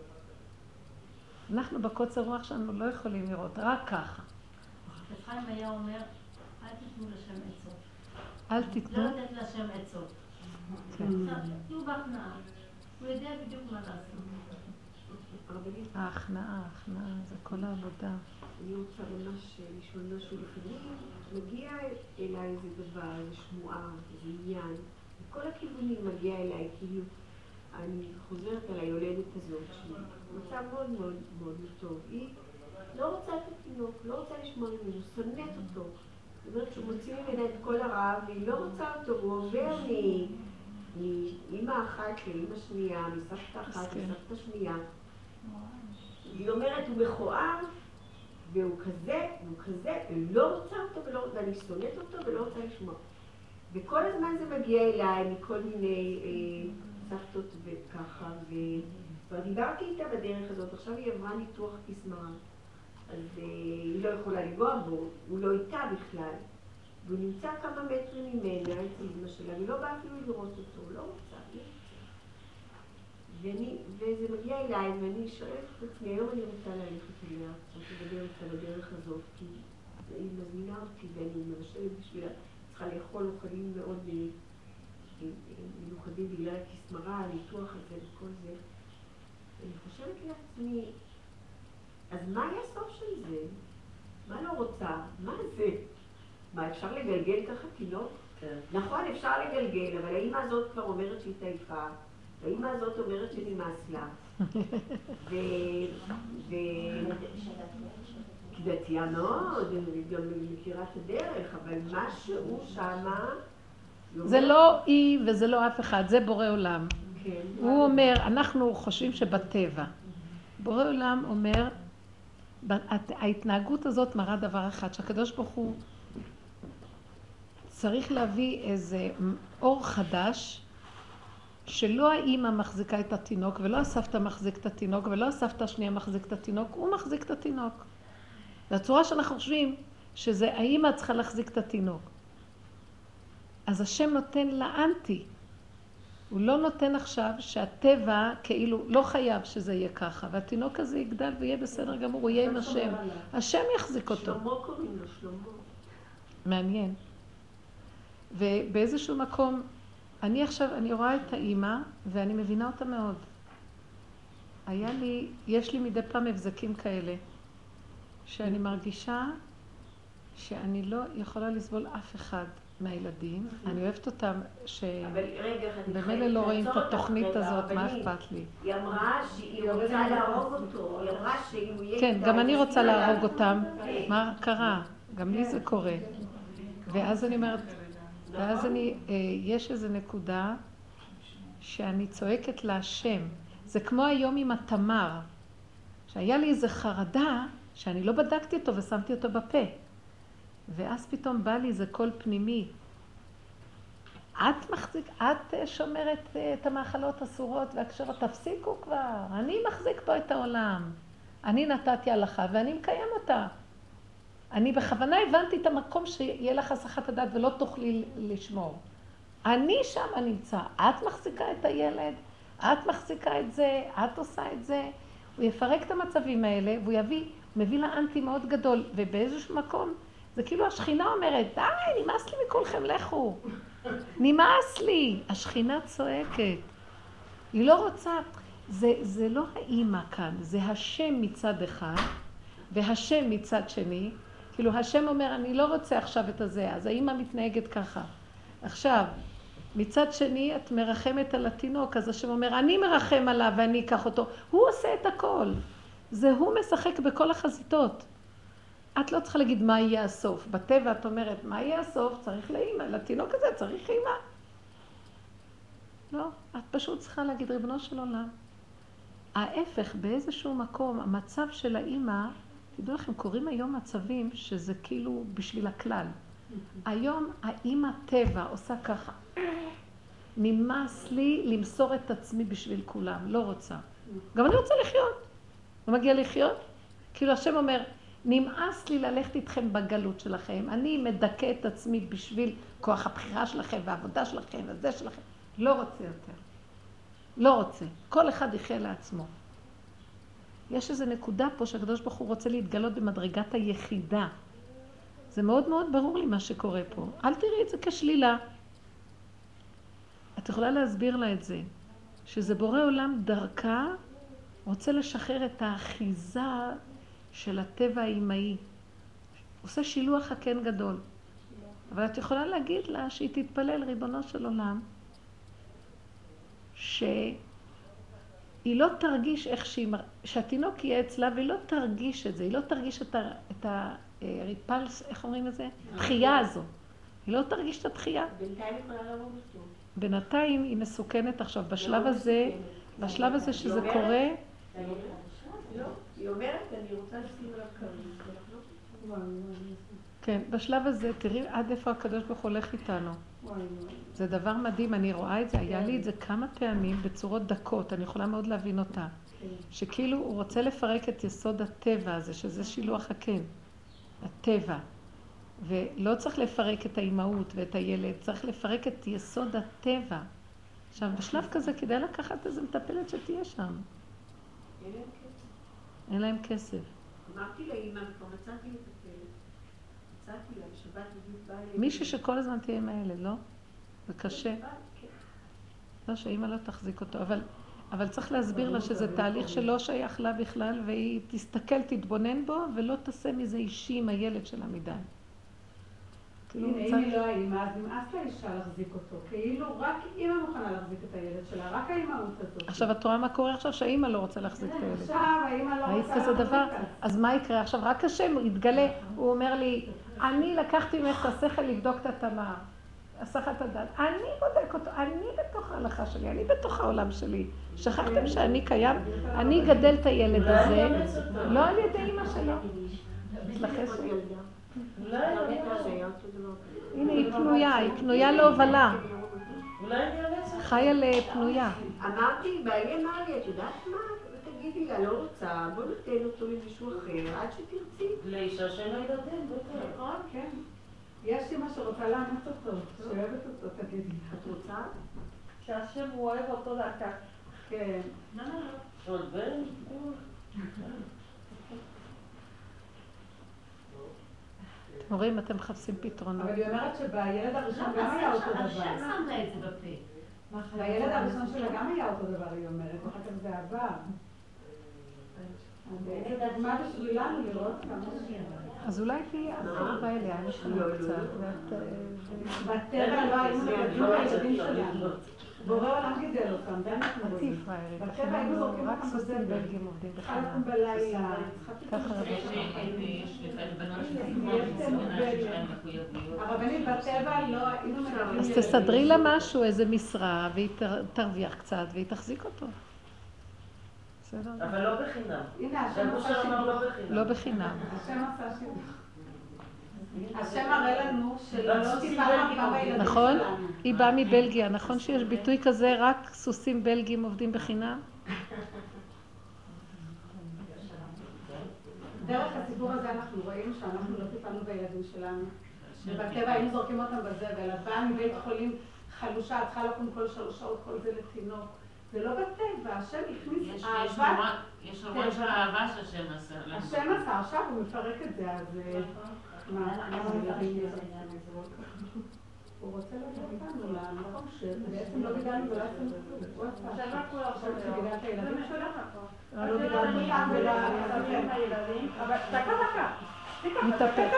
Speaker 1: אנחנו בקוצר רוח שלנו לא יכולים לראות, רק ככה.
Speaker 3: חיים היה אומר, אל תיתנו לשם עצות.
Speaker 1: אל תיתנו?
Speaker 3: לא לתת לשם עצות. תהיו בהכנעה. הוא יודע בדיוק מה לעשות.
Speaker 1: ההכנעה, ההכנעה, זה כל העבודה.
Speaker 2: אני רוצה ממש לשאול משהו לפעמים. מגיע אליי איזה דבר, איזה שמועה, איזה עניין. מכל הכיוונים מגיע אליי, כאילו, אני חוזרת על היולדת הזאת, שהיא מצב מאוד מאוד מאוד טוב. היא לא רוצה את התינוק, לא רוצה לשמוע ממנו, שונאת אותו. זאת אומרת שהוא מוציא ממנה את כל הרע, והיא לא רוצה אותו, הוא עובר מאמא אחת לאמא שנייה, מסבתא אחת לסבתא שנייה. היא אומרת, הוא מכוער, והוא כזה, והוא כזה, ולא רוצה אותו, ולא, ואני שונאת אותו ולא רוצה לשמוע. וכל הזמן זה מגיע אליי מכל מיני אה, סבתות וככה, וכבר דיברתי איתה בדרך הזאת, עכשיו היא עברה ניתוח כסמרה, אז אה, היא לא יכולה לגוע בו, הוא לא איתה בכלל, והוא נמצא כמה מטרים ממנה, אצל אמא שלה, והיא לא באה אפילו לראות אותו, לא רוצה, לא רוצה. ואני, וזה מגיע אליי, ואני שואלת את עצמי, היום אני רוצה ללכת אליה, רוצה לדבר אותה בדרך הזאת, כי היא מזמינה אותי ואני מבשלת בשבילה, צריכה לאכול אוכלים מאוד מיוחדים בגלל הכסמרה, הניתוח הזה וכל זה. אני חושבת לעצמי, אז מה היה הסוף של זה? מה לא רוצה? מה זה? מה, אפשר לגלגל ככה תינוק?
Speaker 4: כן.
Speaker 2: נכון, אפשר לגלגל, אבל האמא הזאת כבר אומרת שהיא תעיפה. האמא הזאת אומרת שנמאס לה. ו... ו... דתיה מאוד, אני גם מכירה את הדרך, אבל משהו שמה...
Speaker 1: זה לא היא וזה לא אף אחד, זה בורא עולם.
Speaker 2: כן.
Speaker 1: הוא אומר, אנחנו חושבים שבטבע. בורא עולם אומר, ההתנהגות הזאת מראה דבר אחד, שהקדוש ברוך הוא צריך להביא איזה אור חדש, שלא האמא מחזיקה את התינוק, ולא הסבתא מחזיק את התינוק, ולא הסבתא השנייה מחזיק את התינוק, הוא מחזיק את התינוק. והצורה שאנחנו חושבים שזה האמא צריכה להחזיק את התינוק. אז השם נותן לאנטי. הוא לא נותן עכשיו שהטבע כאילו לא חייב שזה יהיה ככה, והתינוק הזה יגדל ויהיה בסדר גמור, הוא יהיה עם השם. השם יחזיק אותו.
Speaker 2: שלמה קוראים לו, שלמה.
Speaker 1: מעניין. ובאיזשהו מקום, אני עכשיו, אני רואה את האמא ואני מבינה אותה מאוד. היה לי, יש לי מדי פעם מבזקים כאלה, שאני מרגישה שאני לא יכולה לסבול אף אחד מהילדים. אני אוהבת אותם שבמילא לא רואים את התוכנית הזאת, מה אכפת לי?
Speaker 2: היא אמרה שהיא רוצה להרוג אותו, היא אמרה שאם הוא יהיה...
Speaker 1: כן, גם אני רוצה להרוג אותם. מה קרה? גם לי זה קורה. ואז אני אומרת, ואז אני, יש איזו נקודה שאני צועקת להשם. זה כמו היום עם התמר, שהיה לי איזו חרדה שאני לא בדקתי אותו ושמתי אותו בפה. ואז פתאום בא לי איזה קול פנימי. את מחזיק, את שומרת את המאכלות אסורות והקשרות, תפסיקו כבר. אני מחזיק פה את העולם. אני נתתי הלכה ואני מקיים אותה. אני בכוונה הבנתי את המקום שיהיה לך הסחת הדעת ולא תוכלי לשמור. אני שם נמצא. את מחזיקה את הילד, את מחזיקה את זה, את עושה את זה. הוא יפרק את המצבים האלה והוא יביא, הוא מביא לאנטי מאוד גדול. ובאיזשהו מקום, זה כאילו השכינה אומרת, די, נמאס לי מכולכם, לכו. נמאס לי. השכינה צועקת. היא לא רוצה, זה, זה לא האמא כאן, זה השם מצד אחד, והשם מצד שני. כאילו השם אומר, אני לא רוצה עכשיו את הזה, אז האמא מתנהגת ככה. עכשיו, מצד שני, את מרחמת על התינוק, אז השם אומר, אני מרחם עליו ואני אקח אותו. הוא עושה את הכל. זה הוא משחק בכל החזיתות. את לא צריכה להגיד מה יהיה הסוף. בטבע את אומרת, מה יהיה הסוף? צריך לאמא, לתינוק הזה צריך אמא. לא, את פשוט צריכה להגיד, ריבונו של עולם. ההפך, באיזשהו מקום, המצב של האמא תדעו לכם, קוראים היום מצבים שזה כאילו בשביל הכלל. היום האם הטבע עושה ככה, נמאס לי למסור את עצמי בשביל כולם, לא רוצה. גם אני רוצה לחיות. לא מגיע לחיות? כאילו השם אומר, נמאס לי ללכת איתכם בגלות שלכם, אני מדכא את עצמי בשביל כוח הבחירה שלכם והעבודה שלכם וזה שלכם. לא רוצה יותר. לא רוצה. כל אחד יחיה לעצמו. יש איזו נקודה פה שהקדוש ברוך הוא רוצה להתגלות במדרגת היחידה. זה מאוד מאוד ברור לי מה שקורה פה. אל תראי את זה כשלילה. את יכולה להסביר לה את זה, שזה בורא עולם דרכה, רוצה לשחרר את האחיזה של הטבע האימהי. עושה שילוח הקן גדול. אבל את יכולה להגיד לה שהיא תתפלל, ריבונו של עולם, שהיא לא תרגיש איך שהיא, שהתינוק יהיה אצלה, והיא לא תרגיש את זה, היא לא תרגיש את, ה, את הריפלס, איך אומרים את זה? דחייה הזו. היא לא תרגיש את הדחייה.
Speaker 2: בינתיים יכולה להרוג אותו.
Speaker 1: בינתיים היא מסוכנת עכשיו, בשלב הזה, בשלב הזה שזה קורה.
Speaker 2: לא, היא אומרת, אני רוצה לשים עליו קרוב.
Speaker 1: כן, בשלב הזה, תראי עד איפה הקדוש ברוך הוא הולך איתנו. זה דבר מדהים, אני רואה את זה, היה לי את זה כמה פעמים בצורות דקות, אני יכולה מאוד להבין אותה. שכאילו הוא רוצה לפרק את יסוד הטבע הזה, שזה שילוח הקן, הטבע. ולא צריך לפרק את האימהות ואת הילד, צריך לפרק את יסוד הטבע. עכשיו, בשלב כזה כדאי לקחת איזה מטפלת שתהיה שם. אין להם כסף.
Speaker 2: אמרתי לאמא, כבר מצאתי מטפלת. מצאתי לה, שבת בדיוק באה אליי.
Speaker 1: מישהו שכל הזמן תהיה עם הילד, לא? זה קשה. לא, שאמא לא תחזיק אותו, אבל, אבל צריך להסביר לה שזה תהליך שלא שייך לה בכלל, והיא תסתכל, תתבונן בו, ולא תעשה מזה אישי עם הילד שלה מדי.
Speaker 6: הנה, אם היא לא האמא, אז נמאס לאישה להחזיק אותו. כאילו רק אמא מוכנה להחזיק את הילד שלה, רק האמהות הזאת.
Speaker 1: עכשיו את רואה מה קורה עכשיו שהאמא לא רוצה להחזיק את הילד.
Speaker 6: עכשיו האמא לא
Speaker 1: ראית
Speaker 6: רוצה
Speaker 1: כזה דבר?
Speaker 6: להחזיק.
Speaker 1: אז מה יקרה? עכשיו רק השם יתגלה, הוא אומר לי, אני לקחתי ממך את השכל לבדוק את התמר. הסחת הדת. אני בודק אותו, אני בתוך ההלכה שלי, אני בתוך העולם שלי. שכחתם שאני קיים? אני גדל את הילד הזה, לא על ידי אמא שלו. לחסר. הנה, היא פנויה, היא פנויה להובלה. חיה לפנויה.
Speaker 2: אמרתי, בעלי אמר לי, את יודעת מה? תגידי לה, לא רוצה, בוא ניתן אותו למישהו אחר, עד שתרצי.
Speaker 4: לאישה של הילדים, בטח.
Speaker 2: נכון, כן.
Speaker 6: יש אמא שרוצה לאמץ אותו, שאוהבת אותו, תגידי.
Speaker 2: את רוצה?
Speaker 9: שהשם הוא אוהב אותו דקה.
Speaker 6: כן.
Speaker 3: לא, לא, לא.
Speaker 4: עוד בן?
Speaker 1: הורים, אתם מחפשים פתרונות.
Speaker 6: אבל היא אומרת שבילד הראשון גם היה אותו דבר.
Speaker 3: השם שם לה את זה בפה.
Speaker 6: בילד הראשון שלה גם היה אותו דבר, היא אומרת, ואחר כך זה עבר. זה דוגמה בשבילנו לראות כמה זה.
Speaker 1: אז אולי תהיה אחר באלה, אני שומע קצת.
Speaker 6: בטבע לא היינו מגדלים בילדים שלנו. בורא עולם גידל אותם, זה אנחנו רואים. בטבע היינו זורקים אותם בזבל.
Speaker 1: בלגים עובדים
Speaker 6: צריכה
Speaker 1: בחינם.
Speaker 6: לקום בלילה.
Speaker 1: ככה
Speaker 6: הרבנית בטבע לא היינו מגדלים.
Speaker 1: אז תסדרי לה משהו, איזה משרה, והיא תרוויח קצת, והיא תחזיק אותו. בסדר?
Speaker 4: אבל לא בחינם.
Speaker 6: הנה, השם
Speaker 4: גם
Speaker 6: עשה
Speaker 4: אמר לא
Speaker 6: שידוך.
Speaker 4: בחינם.
Speaker 1: לא בחינם.
Speaker 6: השם עשה שידוך. השם מראה לנו שלא טיפלנו גם בילדים
Speaker 1: נכון?
Speaker 6: שלנו.
Speaker 1: היא באה מבלגיה, נכון שיש ביטוי כזה, רק סוסים בלגים עובדים בחינם?
Speaker 6: דרך הסיפור הזה אנחנו רואים שאנחנו לא טיפלנו בילדים שלנו. ובטבע היינו זורקים אותם בזבל. את באה מבית חולים חלושה, את צריכה לקום כל שלוש שעות, כל זה לתינוק. זה לא בטבע, השם הכניס אהבה.
Speaker 5: יש רמות של אהבה שהשם עשה.
Speaker 6: השם עשה, עכשיו הוא מפרק את זה, אז מה? הוא רוצה להגיד אותנו למקום שבעצם לא גידלנו ולא עשינו כלום. הוא עשה. עכשיו שגידל את הילדים שלך? לא גידלנו אותם ולא עשינו את הילדים. אבל דקה דקה.
Speaker 1: מתאפק.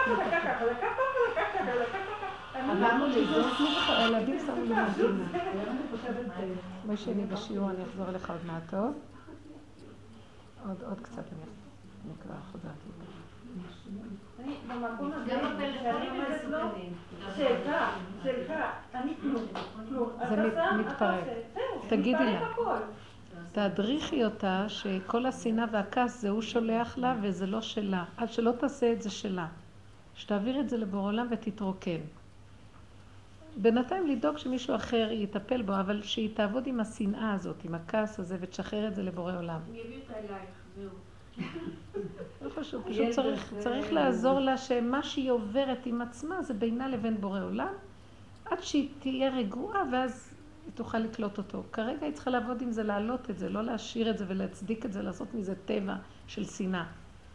Speaker 6: עברנו לזה.
Speaker 1: הילדים שמו לי מדינה. מה שלי בשיעור, אני אחזור אליך עוד מעט טוב. עוד קצת אני אקרא חוזרת לי.
Speaker 9: במקום הזה,
Speaker 3: גם הפלאפונים הם מסוכנים.
Speaker 9: סליחה, סליחה, אני כלום, כלום.
Speaker 1: זה מתפרק. תגידי לה. תדריכי אותה שכל השנאה והכעס זה הוא שולח לה וזה לא שלה. עד שלא תעשה את זה שלה. שתעביר את זה לבורא עולם ותתרוקן. בינתיים לדאוג שמישהו אחר יטפל בו, אבל שהיא תעבוד עם השנאה הזאת, עם הכעס הזה, ותשחרר את זה לבורא עולם.
Speaker 2: אני אביא אותה אלייך, זהו.
Speaker 1: לא חשוב, פשוט צריך, צריך לעזור לה שמה שהיא עוברת עם עצמה זה בינה לבין בורא עולם, עד שהיא תהיה רגועה ואז היא תוכל לקלוט אותו. כרגע היא צריכה לעבוד עם זה, להעלות את זה, לא להשאיר את זה ולהצדיק את זה, לעשות מזה טבע של שנאה.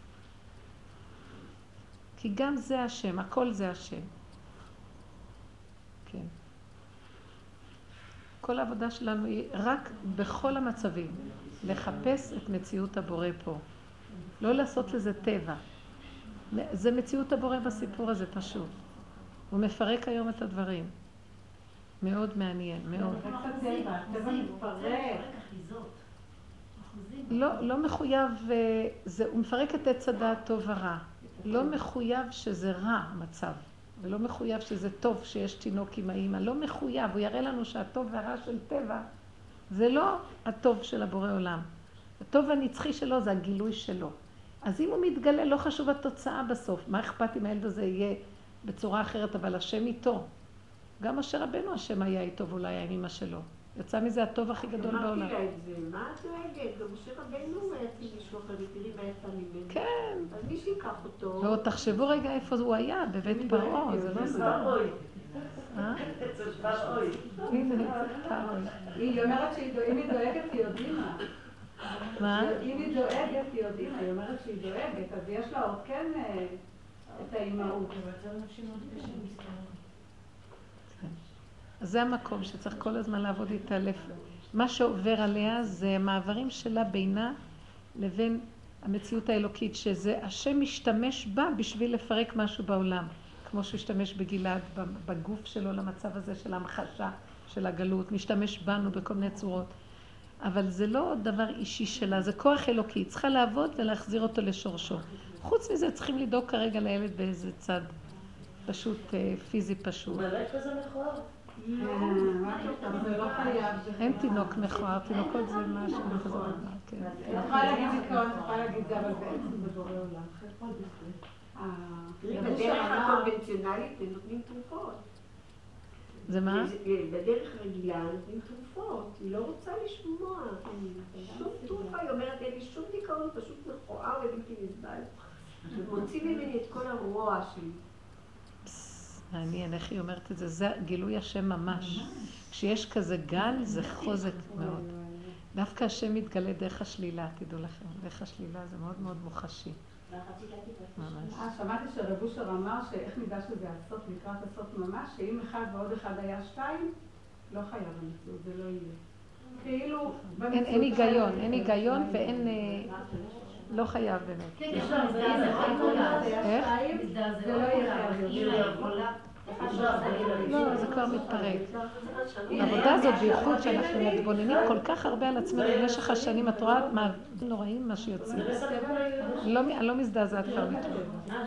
Speaker 1: כי גם זה השם, הכל זה השם. כן. כל העבודה שלנו היא רק בכל המצבים, לחפש את מציאות הבורא פה. לא לעשות לזה טבע. זה מציאות הבורא בסיפור הזה פשוט. הוא מפרק היום את הדברים. מאוד מעניין, מאוד. לא, לא מחויב, זה, הוא מפרק את עץ הדעת טוב ורע. לא מחויב שזה רע המצב. ולא מחויב שזה טוב שיש תינוק עם האמא. לא מחויב, הוא יראה לנו שהטוב והרע של טבע זה לא הטוב של הבורא עולם. הטוב הנצחי שלו זה הגילוי שלו. אז אם הוא מתגלה, לא חשוב התוצאה בסוף. מה אכפת אם הילד הזה יהיה בצורה אחרת, אבל השם איתו. גם משה רבנו השם היה איתו ואולי היה עם אמא שלו. יצא מזה הטוב הכי גדול בעולם.
Speaker 2: אמרתי לה את זה, מה את דואגת? גם משה רבנו הוא היה אצלי מישהו אחר, ותראי מה יצא ממנו.
Speaker 1: כן.
Speaker 2: אז מי שיקח אותו...
Speaker 1: ועוד תחשבו רגע איפה הוא היה, בבית פרעה, זה לא סתם.
Speaker 4: אה? אצל פרעה.
Speaker 1: הנה, אצל פרעה.
Speaker 6: היא אומרת שאם היא דואגת, היא יודעים מה.
Speaker 1: מה?
Speaker 6: אם היא דואגת, היא יודעים מה. היא אומרת שהיא דואגת, אז יש לה עוד כן את האימהות.
Speaker 1: אז זה המקום שצריך כל הזמן לעבוד איתה. מה שעובר עליה זה מעברים שלה בינה לבין המציאות האלוקית, שזה השם משתמש בה בשביל לפרק משהו בעולם. כמו שהוא השתמש בגלעד, בגוף שלו למצב הזה של המחשה, של הגלות, משתמש בנו בכל מיני צורות. אבל זה לא דבר אישי שלה, זה כוח אלוקי. צריכה לעבוד ולהחזיר אותו לשורשו. חוץ מזה צריכים לדאוג כרגע לילד באיזה צד פשוט, פיזי פשוט.
Speaker 4: הוא באמת כזה מכוער?
Speaker 6: זה לא חייב.
Speaker 1: אין תינוק מכוער, תינוקות זה משהו כזה.
Speaker 6: את יכולה להגיד זיכרון, את יכולה להגיד זה, אבל בעצם זה בורא עולם.
Speaker 2: בדרך הקונבנציונלית הם נותנים תרופות.
Speaker 1: זה מה?
Speaker 2: בדרך רגילה נותנים תרופות, היא לא רוצה לשמוע. שום תרופה, היא אומרת, אין לי שום דיכאון, פשוט מכוער ובלתי נסבל. מוציא ממני את כל הרוע שלי.
Speaker 1: מעניין, איך היא אומרת את זה? זה גילוי השם ממש. כשיש כזה גל, זה חוזק מאוד. דווקא השם מתגלה דרך השלילה, תדעו לכם. דרך השלילה זה מאוד מאוד מוחשי. ממש.
Speaker 6: אה, שמעתי שרב אושר אמר שאיך נדע שזה הסוף, לקראת הסוף ממש, שאם אחד ועוד אחד היה שתיים, לא חייב במציאות, זה לא יהיה. כאילו...
Speaker 1: אין היגיון, אין היגיון ואין... לא חייב באמת.
Speaker 3: כן, יש לה מזדעזע,
Speaker 1: איך?
Speaker 6: זה לא יהיה חייב.
Speaker 1: לא, זה כבר מתפרק. העבודה הזאת בייחוד שאנחנו מתבוננים כל כך הרבה על עצמנו במשך השנים, את רואה מה נוראים מה שיוצאים. אני לא מזדעזעת כבר מכלום.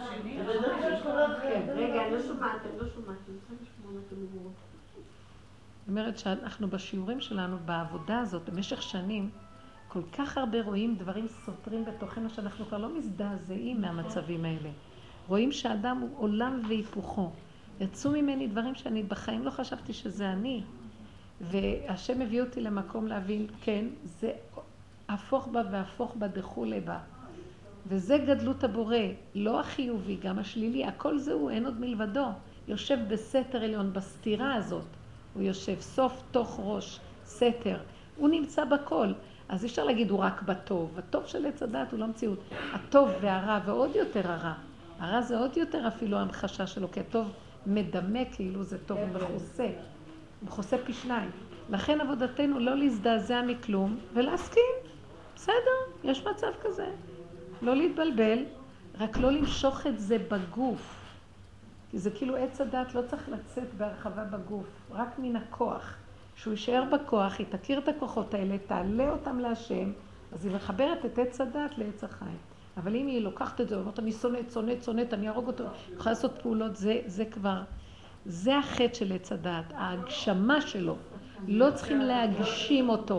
Speaker 2: רגע, אני לא שומעת, אני לא שומעת, אני רוצה לשמוע מה אתם אומרות.
Speaker 1: זאת אומרת שאנחנו בשיעורים שלנו, בעבודה הזאת, במשך שנים, כל כך הרבה רואים דברים סותרים בתוכנו שאנחנו כבר לא מזדעזעים מהמצבים האלה. רואים שהאדם הוא עולם והיפוכו. יצאו ממני דברים שאני בחיים לא חשבתי שזה אני. והשם הביא אותי למקום להבין, כן, זה הפוך בה והפוך בה דחולי בה. וזה גדלות הבורא, לא החיובי, גם השלילי, הכל זהו, אין עוד מלבדו. יושב בסתר עליון, בסתירה הזאת. הוא יושב סוף תוך ראש, סתר. הוא נמצא בכל. אז אפשר להגיד, הוא רק בטוב. הטוב של עץ הדת הוא לא מציאות. הטוב והרע ועוד יותר הרע. הרע זה עוד יותר אפילו המחשה שלו, כי הטוב מדמה כאילו זה טוב ומחוסה. מחוסה פי שניים. לכן עבודתנו לא להזדעזע מכלום ולהסכים. בסדר, יש מצב כזה. לא להתבלבל, רק לא למשוך את זה בגוף. כי זה כאילו עץ הדת לא צריך לצאת בהרחבה בגוף, רק מן הכוח. שהוא יישאר בכוח, היא תכיר את הכוחות האלה, תעלה אותם להשם, אז היא מחברת את עץ הדת לעץ החיים. אבל אם היא לוקחת את זה, ואומרת, אני שונאת, שונאת, שונאת, אני ארוג אותו, היא יכולה לעשות פעולות, זה, זה כבר, זה החטא של עץ הדת, ההגשמה שלו. לא צריכים להגשים אותו.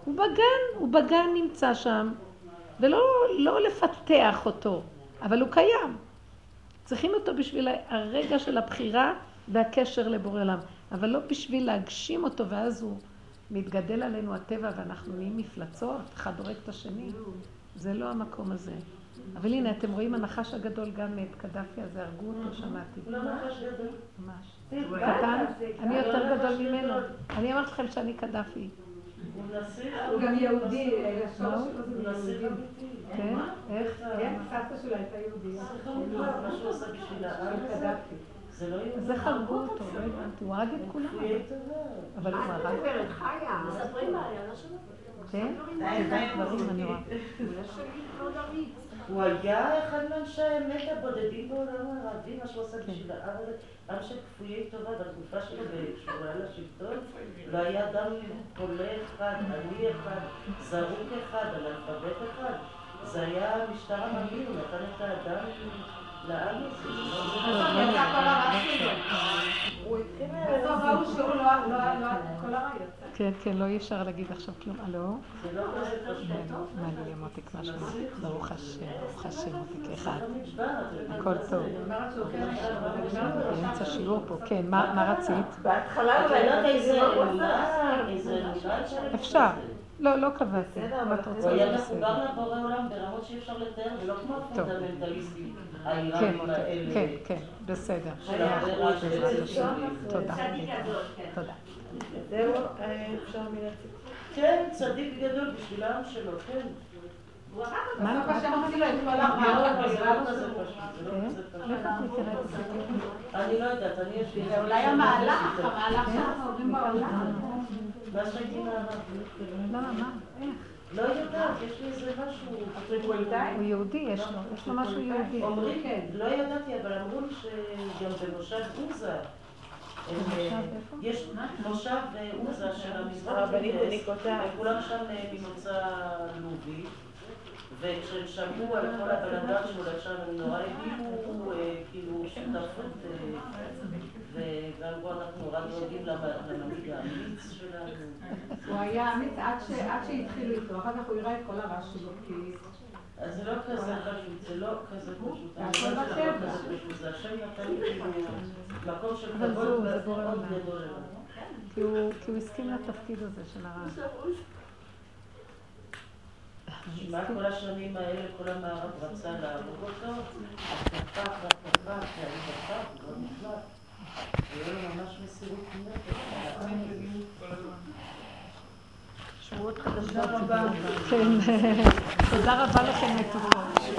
Speaker 1: הוא בגן, הוא בגן נמצא שם, ולא לא לפתח אותו, אבל הוא קיים. צריכים אותו בשביל הרגע של הבחירה והקשר לבורא עולם, אבל לא בשביל להגשים אותו, ואז הוא מתגדל עלינו הטבע ואנחנו נהיים מפלצות, אחד הורג את השני. זה לא המקום הזה. אבל הנה, אתם רואים הנחש הגדול גם את קדאפי הזה, הרגו אותו, שמעתי.
Speaker 4: לא נחש גדול.
Speaker 1: ממש. קטן, אני יותר גדול ממנו. אני אמרת לכם שאני קדאפי.
Speaker 6: הוא גם יהודי,
Speaker 1: מה הוא?
Speaker 4: הוא נסיך אמיתי.
Speaker 1: כן? איך?
Speaker 6: כן, סבתא שלה הייתה יהודיה.
Speaker 4: מה שהוא עושה בשביל העם
Speaker 6: קדאפי.
Speaker 4: זה לא יהודי.
Speaker 1: אז איך הרגו אותו? לא הבנתי, הוא הרג את כולם. אבל הוא
Speaker 2: מה את
Speaker 1: הרג.
Speaker 2: מדברת? חיה.
Speaker 3: מספרים עליה, לא שמעתי.
Speaker 1: כן? זה דברים, אני רואה.
Speaker 2: אולי שלי לא נריץ.
Speaker 4: הוא היה אחד מאנשי האמת הבודדים בעולם הערבי, מה שהוא עושה בשביל העם הזה, עם של כפויי טובה בתקופה שלו, כשהוא היה לשלטון, לא היה אדם חולה אחד, עני אחד, זרוק אחד, אנאלפבית אחד. זה היה משטר עממי, הוא נתן את האדם לעם הזה.
Speaker 6: יצא כל הרע שלו. הוא התחיל... בסוף ראו שהוא לא כל הרע יצא.
Speaker 1: כן, כן, לא אי אפשר להגיד עכשיו כלום. הלו?
Speaker 4: זה לא כזה פשוט.
Speaker 1: מה לי למותק משהו? ברוך השם, ברוך השם, מותק אחד.
Speaker 4: זה לא
Speaker 1: הכל טוב. באמצע שיעור פה, כן, מה רצית?
Speaker 8: בהתחלה
Speaker 4: את יודעת איזה אמונה, איזה אמונה
Speaker 1: אפשר. לא, לא קבעתי. מה את
Speaker 4: הוא
Speaker 1: רוצה?
Speaker 4: היה
Speaker 1: זה בסדר.
Speaker 4: מחובר לבורא עולם ברמות שאי אפשר לתאר, ולא כמו הפונדמנטליסטים
Speaker 1: כן,
Speaker 4: האיראנים
Speaker 1: מותק,
Speaker 4: האלה.
Speaker 1: כן, כן, בסדר.
Speaker 4: של העבירה של
Speaker 1: בעזרת השם. תודה. תודה.
Speaker 8: זהו, אפשר מילה ציטוט.
Speaker 4: כן, צדיק גדול בשביל העם שלו, כן.
Speaker 1: מה?
Speaker 6: בסוף השם הוציא לו את כל
Speaker 4: זה
Speaker 6: הרע.
Speaker 4: לא כזה פשוט, זה לא כזה פשוט.
Speaker 1: איך את מכירה את זה?
Speaker 4: אני לא יודעת, אני יש לי...
Speaker 6: זה אולי המהלך, המהלך שאנחנו עוברים בעולם.
Speaker 4: מה שהייתי מהרב.
Speaker 1: למה, מה? איך?
Speaker 4: לא יודעת, יש לי איזה משהו...
Speaker 1: הוא יהודי, יש לו. יש לו משהו יהודי.
Speaker 4: אומרים, לא ידעתי, אבל אמרו לי שגם במושב עוזה, יש מושב עוזה של המזרח וכולם שם ממוצא לובי, וכשהם שמעו על כל הבלגן שהולך שם הם נורא הביאו כאילו שותפות, וגם פה אנחנו נורא דואגים למנהיג האמיץ שלנו.
Speaker 6: הוא היה אמיץ עד שהתחילו איתו, אחר כך הוא יראה את כל הרע שלו, כי...
Speaker 4: אז זה לא כזה פשוט, זה לא כזה פשוט.
Speaker 6: הכל בטבע.
Speaker 4: זה השם נתן לי כאילו מקום של
Speaker 1: אבל
Speaker 4: כבוד
Speaker 1: זהו, זה בורא
Speaker 4: מאוד
Speaker 1: עולם.
Speaker 4: גדול.
Speaker 1: כי הוא כי הוא הסכים לתפקיד הזה של הרע.
Speaker 4: מה כל השנים האלה, כל המערב רצה להרוג אותו, התקפה והתקפה, והיא תקפה, הוא לא נפלט. זה לא ממש מסירות נפש.
Speaker 1: שמועות חדשות. כן, תודה רבה לכם מתוקות.